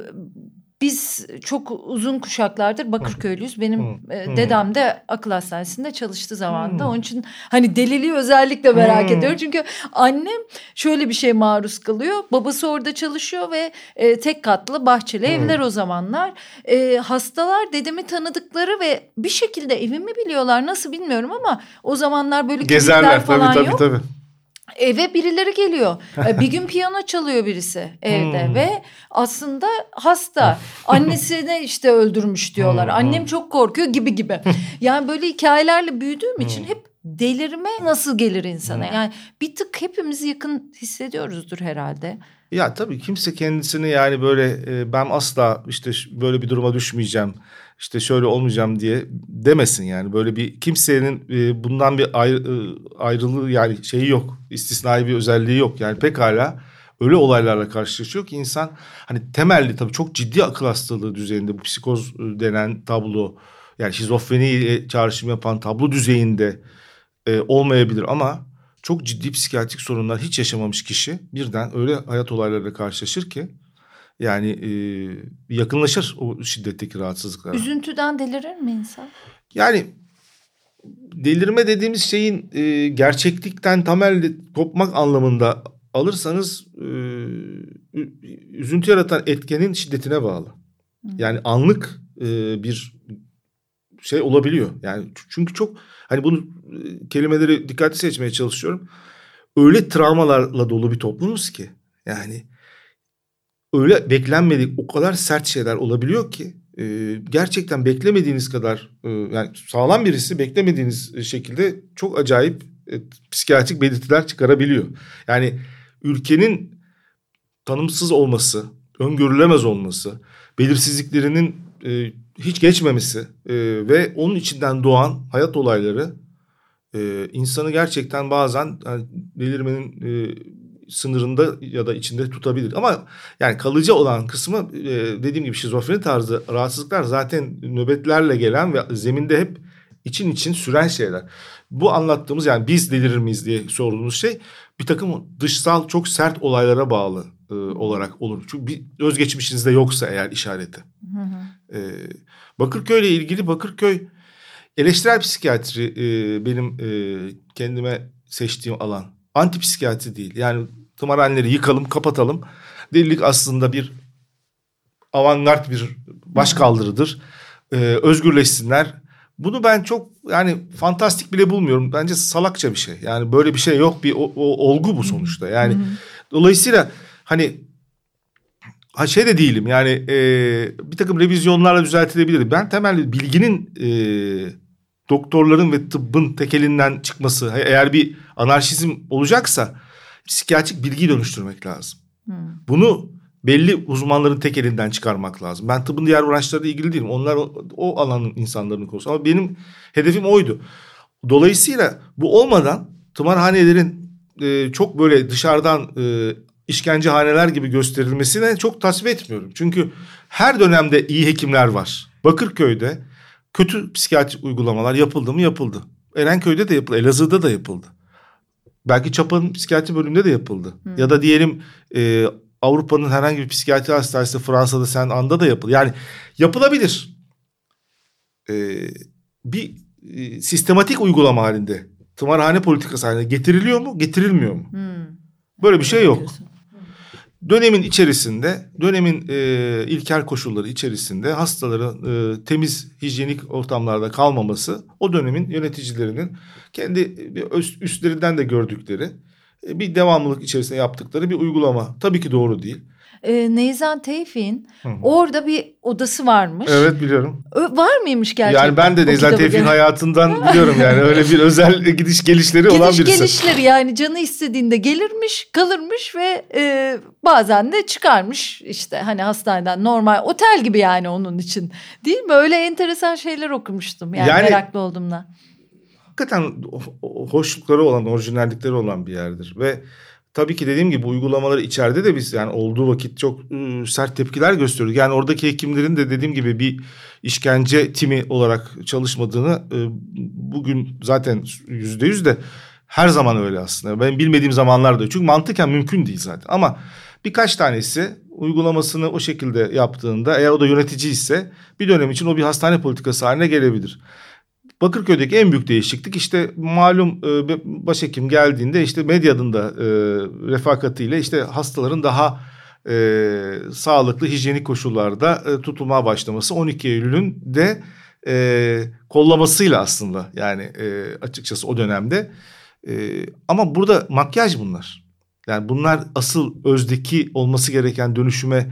Biz çok uzun kuşaklardır Bakırköylüyüz. Benim hmm. e, dedem de akıl hastanesinde çalıştı zamanında. Hmm. Onun için hani deliliği özellikle merak hmm. ediyorum. Çünkü annem şöyle bir şey maruz kalıyor. Babası orada çalışıyor ve e, tek katlı bahçeli hmm. evler o zamanlar. E, hastalar dedemi tanıdıkları ve bir şekilde evimi biliyorlar. Nasıl bilmiyorum ama o zamanlar böyle gezerler falan tabii, yok. Tabii, tabii. Eve birileri geliyor. Bir gün piyano çalıyor birisi evde hmm. ve aslında hasta. Annesini işte öldürmüş diyorlar. Hmm. Annem çok korkuyor gibi gibi. Yani böyle hikayelerle büyüdüğüm hmm. için hep delirme nasıl gelir insana? Hmm. Yani bir tık hepimiz yakın hissediyoruzdur herhalde. Ya tabii kimse kendisini yani böyle e, ben asla işte böyle bir duruma düşmeyeceğim, işte şöyle olmayacağım diye demesin yani. Böyle bir kimsenin e, bundan bir ayrı, e, ayrılığı yani şeyi yok, istisnai bir özelliği yok. Yani pekala öyle olaylarla karşılaşıyor ki insan hani temelli tabii çok ciddi akıl hastalığı düzeyinde bu psikoz denen tablo, yani şizofreniyle çağrışım yapan tablo düzeyinde e, olmayabilir ama çok ciddi psikiyatrik sorunlar hiç yaşamamış kişi birden öyle hayat olaylarıyla karşılaşır ki yani e, yakınlaşır o şiddetteki rahatsızlıklara. Üzüntüden delirir mi insan? Yani delirme dediğimiz şeyin e, gerçeklikten temelde kopmak anlamında alırsanız e, üzüntü yaratan etkenin şiddetine bağlı. Hı. Yani anlık e, bir şey olabiliyor. Yani çünkü çok hani bunu kelimeleri dikkatli seçmeye çalışıyorum. Öyle travmalarla dolu bir toplumuz ki yani öyle beklenmedik o kadar sert şeyler olabiliyor ki e, gerçekten beklemediğiniz kadar e, yani sağlam birisi beklemediğiniz şekilde çok acayip e, psikiyatrik belirtiler çıkarabiliyor. Yani ülkenin tanımsız olması, öngörülemez olması, belirsizliklerinin e, hiç geçmemesi e, ve onun içinden doğan hayat olayları e, insanı gerçekten bazen yani delirmenin e, sınırında ya da içinde tutabilir. Ama yani kalıcı olan kısmı e, dediğim gibi şizofreni tarzı rahatsızlıklar zaten nöbetlerle gelen ve zeminde hep için için süren şeyler. Bu anlattığımız yani biz delirir miyiz diye sorduğumuz şey bir takım dışsal çok sert olaylara bağlı e, olarak olur. Çünkü bir özgeçmişinizde yoksa eğer işareti. Hı hı. E, Bakırköy ile ilgili Bakırköy eleştirel psikiyatri e, benim e, kendime seçtiğim alan. Antipsikiyatri değil. Yani tımarhaneleri yıkalım, kapatalım. Delilik aslında bir avantgard bir başkaldırıdır. Ee, özgürleşsinler. Bunu ben çok yani fantastik bile bulmuyorum. Bence salakça bir şey. Yani böyle bir şey yok. Bir o, o, olgu bu sonuçta. Yani dolayısıyla hani ha şey de değilim. Yani e, bir takım revizyonlarla düzeltilebilir. Ben temelde bilginin e, doktorların ve tıbbın tekelinden çıkması, eğer bir anarşizm olacaksa psikiyatrik bilgiyi dönüştürmek lazım. Hmm. Bunu belli uzmanların tek elinden çıkarmak lazım. Ben tıbbın diğer branşlarıyla ilgili değilim. Onlar o, o alanın insanların konusu. Ama benim hedefim oydu. Dolayısıyla bu olmadan tımarhanelerin e, çok böyle dışarıdan e, işkencehaneler gibi gösterilmesine çok tasvip etmiyorum. Çünkü her dönemde iyi hekimler var. Bakırköy'de kötü psikiyatrik uygulamalar yapıldı mı? Yapıldı. Erenköy'de de yapıldı. Elazığ'da da yapıldı. Belki Çapa'nın psikiyatri bölümünde de yapıldı. Hmm. Ya da diyelim e, Avrupa'nın herhangi bir psikiyatri hastanesi Fransa'da Saint-Anne'da da yapıldı. Yani yapılabilir. E, bir e, sistematik uygulama halinde tımarhane politikası haline getiriliyor mu? Getirilmiyor mu? Hmm. Böyle bir şey yok. Dönemin içerisinde, dönemin e, ilkel koşulları içerisinde hastaların e, temiz, hijyenik ortamlarda kalmaması, o dönemin yöneticilerinin kendi üst, üstlerinden de gördükleri, e, bir devamlılık içerisinde yaptıkları bir uygulama. Tabii ki doğru değil. E, Neyzan Tevfik'in orada bir odası varmış. Evet, biliyorum. Ö, var mıymış gerçekten? Yani ben de Neyzan Tevfik'in hayatından biliyorum yani. Öyle bir özel gidiş gelişleri gidiş olan birisi. Gidiş gelişleri yani, canı istediğinde gelirmiş, kalırmış ve e, bazen de çıkarmış işte hani hastaneden, normal otel gibi yani onun için. Değil mi? Öyle enteresan şeyler okumuştum yani, yani meraklı olduğumda. Hakikaten hoşlukları olan, orijinallikleri olan bir yerdir ve tabii ki dediğim gibi uygulamaları içeride de biz yani olduğu vakit çok ıı, sert tepkiler gösteriyoruz. Yani oradaki hekimlerin de dediğim gibi bir işkence timi olarak çalışmadığını ıı, bugün zaten yüzde yüz de her zaman öyle aslında. Ben bilmediğim zamanlarda, çünkü mantıken mümkün değil zaten. Ama birkaç tanesi uygulamasını o şekilde yaptığında, eğer o da yönetici ise bir dönem için o bir hastane politikası haline gelebilir. Bakırköy'deki en büyük değişiklik işte malum e, başhekim geldiğinde işte medyanın da e, refakatiyle işte hastaların daha e, sağlıklı, hijyenik koşullarda e, tutulmaya başlaması, on iki Eylül'ün de e, kollamasıyla aslında yani e, açıkçası o dönemde. E, ama burada makyaj bunlar. Yani bunlar asıl özdeki olması gereken dönüşüme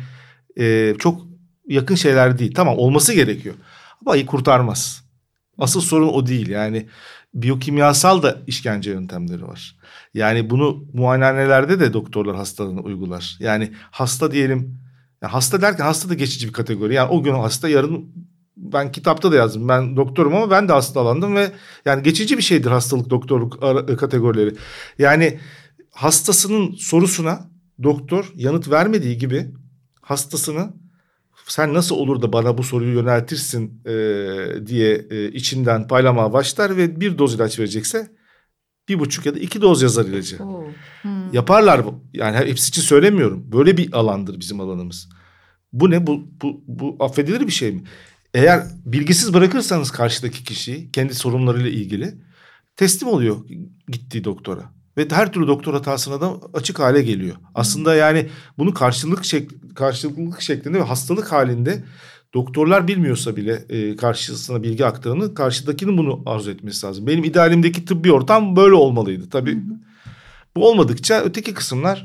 e, çok yakın şeyler değil. Tamam, olması gerekiyor ama iyi kurtarmaz. Asıl sorun o değil. Yani biyokimyasal da işkence yöntemleri var. Yani bunu muayenehanelerde de doktorlar hastalarına uygular. Yani hasta diyelim, yani hasta derken hasta da geçici bir kategori. Yani o gün hasta, yarın, ben kitapta da yazdım. Ben doktorum ama ben de hastalandım ve yani geçici bir şeydir hastalık, doktorluk kategorileri. Yani hastasının sorusuna doktor yanıt vermediği gibi hastasını, sen nasıl olur da bana bu soruyu yöneltirsin e, diye e, içinden paylamaya başlar ve bir doz ilaç verecekse bir buçuk ya da iki doz yazar ilacı. Hmm. Yaparlar bu. Yani hepsi için söylemiyorum. Böyle bir alandır bizim alanımız. Bu ne? Bu, bu, bu affedilir bir şey mi? Eğer bilgisiz bırakırsanız karşıdaki kişiyi kendi sorunlarıyla ilgili, teslim oluyor gittiği doktora. Ve her türlü doktor hatasına da açık hale geliyor. Aslında yani bunu karşılık şek- karşılıklı şeklinde ve hastalık halinde doktorlar bilmiyorsa bile e, karşısına bilgi aktarını, karşıdakinin bunu arzu etmesi lazım. Benim idealimdeki tıbbi ortam böyle olmalıydı. Tabii hı hı. Bu olmadıkça öteki kısımlar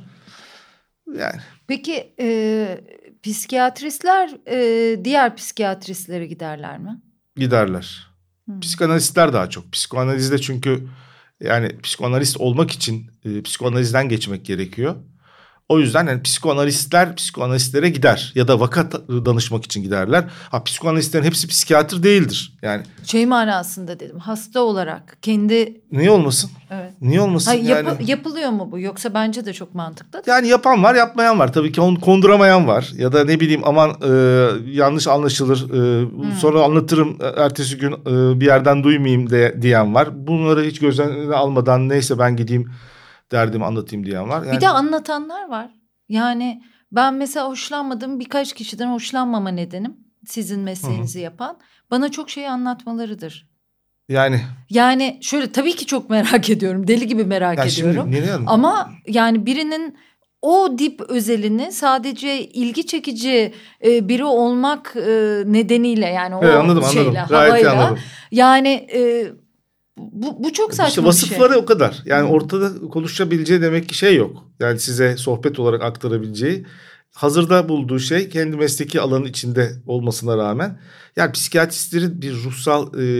yani. Peki e, psikiyatristler e, diğer psikiyatristlere giderler mi? Giderler. Hı. Psikanalistler daha çok. Psikoanalizde çünkü yani psikoanalist olmak için e, psikoanalizden geçmek gerekiyor. O yüzden yani psikoanalistler psikoanalistlere gider ya da vaka danışmak için giderler. Ha, psikoanalistlerin hepsi psikiyatr değildir. Yani şey manasında dedim, hasta olarak kendi. Niye olmasın? Evet. Niye olmasın? Hayır, yani yapı, yapılıyor mu bu? Yoksa bence de çok mantıklı. Yani yapan var, yapmayan var. Tabii ki onu konduramayan var. Ya da ne bileyim aman e, yanlış anlaşılır. E, hmm. Sonra anlatırım, ertesi gün e, bir yerden duymayayım de, diyen var. Bunları hiç göz önüne almadan neyse ben gideyim derdimi anlatayım diyen var. Yani... Bir de anlatanlar var. Yani ben mesela hoşlanmadığım birkaç kişiden hoşlanmama nedenim, sizin mesleğinizi Hı-hı. yapan, bana çok şey anlatmalarıdır. Yani. Yani şöyle, tabii ki çok merak ediyorum. Deli gibi merak yani ediyorum. Şimdi, ama yani birinin o dip özelini sadece ilgi çekici e, biri olmak e, nedeniyle, yani o evet, anladım, şeyle, anladım. Havayla. Anladım. Yani e, bu, bu çok saçma işte bir vasıfları şey. Vasıfları o kadar. Yani ortada konuşabileceği demek ki şey yok. Yani size sohbet olarak aktarabileceği, hazırda bulduğu şey kendi mesleki alanın içinde olmasına rağmen. Yani psikiyatristlerin bir ruhsal e,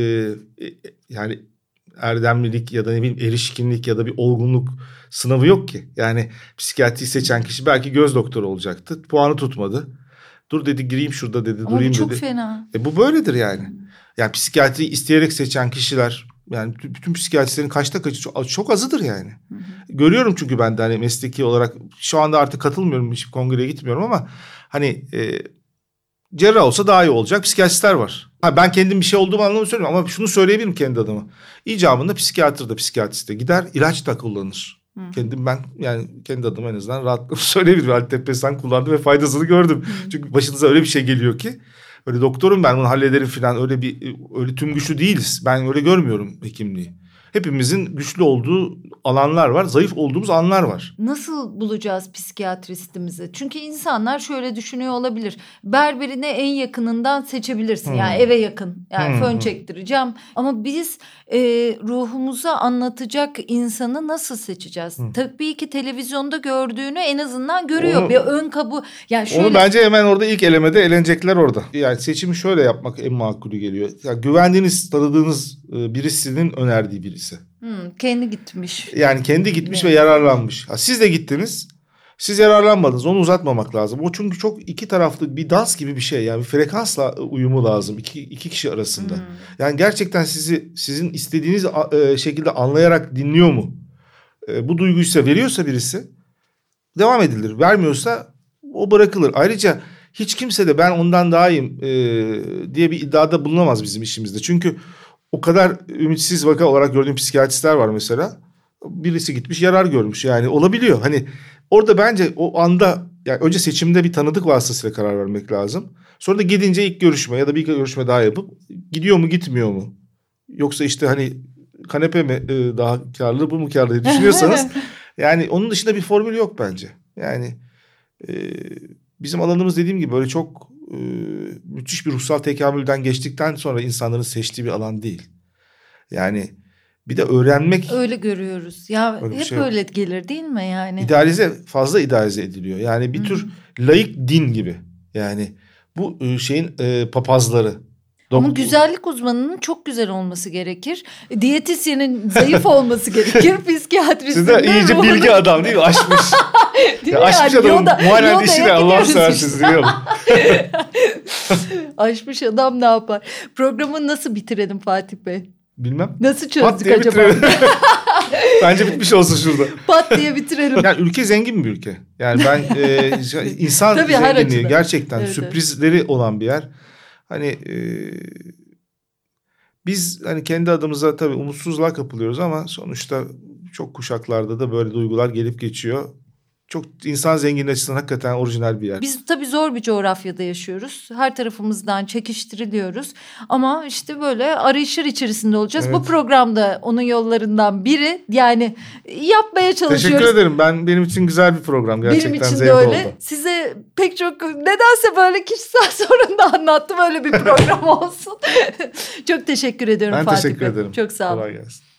yani erdemlilik ya da ne bileyim erişkinlik ya da bir olgunluk sınavı yok ki. Yani psikiyatri seçen kişi belki göz doktoru olacaktı. Puanı tutmadı. Dur dedi, gireyim şurada dedi, ama durayım dedi. Ama çok fena. E bu böyledir yani. Yani psikiyatri isteyerek seçen kişiler Yani bütün psikiyatristlerin kaçta kaçı çok, çok azıdır yani. Hı hı. Görüyorum çünkü ben de hani mesleki olarak şu anda artık katılmıyorum, hiç kongreye gitmiyorum ama hani e, cerrah olsa daha iyi olacak psikiyatristler var. Ha, ben kendim bir şey olduğumu anlamı söylüyorum ama şunu söyleyebilirim kendi adıma. İcabında psikiyatr da psikiyatriste gider, ilaç da kullanır. Hı. Kendim ben yani kendi adıma en azından rahatlıkla söyleyebilirim. Antidepresan kullandım ve faydasını gördüm. Hı. Çünkü başınıza öyle bir şey geliyor ki. Öyle doktorum ben bunu hallederim falan, öyle bir öyle tüm güçlü değiliz. Ben öyle görmüyorum hekimliği. Hepimizin güçlü olduğu alanlar var, zayıf olduğumuz anlar var. Nasıl bulacağız psikiyatristimizi? Çünkü insanlar şöyle düşünüyor olabilir. Berberine en yakınından seçebilirsin. Hmm. Yani eve yakın. Yani hmm. fön çektireceğim. Ama biz e, ruhumuza anlatacak insanı nasıl seçeceğiz? Hmm. Tabii ki televizyonda gördüğünü en azından görüyor. Onu, bir ön kabı. Yani şöyle... Onu bence hemen orada ilk elemede elenecekler orada. Yani seçimi şöyle yapmak en makulü geliyor. Yani güvendiğiniz, tanıdığınız birisinin önerdiği birisi. Hmm, kendi gitmiş. Yani kendi gitmiş evet. ve yararlanmış. Ha, siz de gittiniz. Siz yararlanmadınız. Onu uzatmamak lazım. O çünkü çok iki taraflı bir dans gibi bir şey. Yani bir frekansla uyumu lazım iki, iki kişi arasında. Hmm. Yani gerçekten sizi sizin istediğiniz e, şekilde anlayarak dinliyor mu? E, bu duyguyu size veriyorsa birisi devam edilir. Vermiyorsa o bırakılır. Ayrıca hiç kimse de ben ondan daha iyiyim e, diye bir iddiada bulunamaz bizim işimizde. Çünkü o kadar ümitsiz vaka olarak gördüğüm psikiyatristler var mesela. Birisi gitmiş yarar görmüş, yani olabiliyor. Hani orada bence o anda yani önce seçimde bir tanıdık vasıtasıyla karar vermek lazım. Sonra da gidince ilk görüşme ya da bir görüşme daha yapıp gidiyor mu gitmiyor mu? Yoksa işte hani kanepe mi e, daha karlı, bu mu karlı diye düşünüyorsanız yani onun dışında bir formül yok bence. Yani e, bizim alanımız dediğim gibi böyle çok e, müthiş bir ruhsal tekamülden geçtikten sonra insanların seçtiği bir alan değil. Yani bir de öğrenmek. Öyle görüyoruz. Ya hep şey öyle gelir değil mi yani? İdealize, fazla idealize ediliyor. Yani bir Hı-hı. tür laik din gibi. Yani bu şeyin e, papazları. Ama güzellik uzmanının çok güzel olması gerekir. Diyetisyenin zayıf olması gerekir. Psikiyatristin Siz de iyice ruhunu... bilgi adam değil mi? Aşmış. Değil ya mi aşmış yani? adamın muayene işine Allah'ım seversiniz diyorum. Aşmış adam ne yapar? Programı nasıl bitirelim Fatih Bey? Bilmem. Nasıl çözdük acaba? Bence bitmiş olsun şurada. Pat diye bitirelim. Yani ülke zengin bir ülke. Yani ben e, insan Tabii, zenginliği gerçekten evet, sürprizleri evet. olan bir yer. Hani e, biz hani kendi adımıza tabii umutsuzluğa kapılıyoruz ama sonuçta çok kuşaklarda da böyle duygular gelip geçiyor. Çok insan zenginliği açısından hakikaten orijinal bir yer. Biz tabii zor bir coğrafyada yaşıyoruz. Her tarafımızdan çekiştiriliyoruz. Ama işte böyle arayışlar içerisinde olacağız. Evet. Bu programda onun yollarından biri. Yani yapmaya çalışıyoruz. Teşekkür ederim. Ben benim için güzel bir program. Gerçekten benim için zevk de öyle. oldu. Size pek çok nedense böyle kişisel sorun da anlattım. Öyle bir program olsun. Çok teşekkür ediyorum ben Fatih teşekkür Bey. ederim. Çok sağ olun. Kolay gelsin.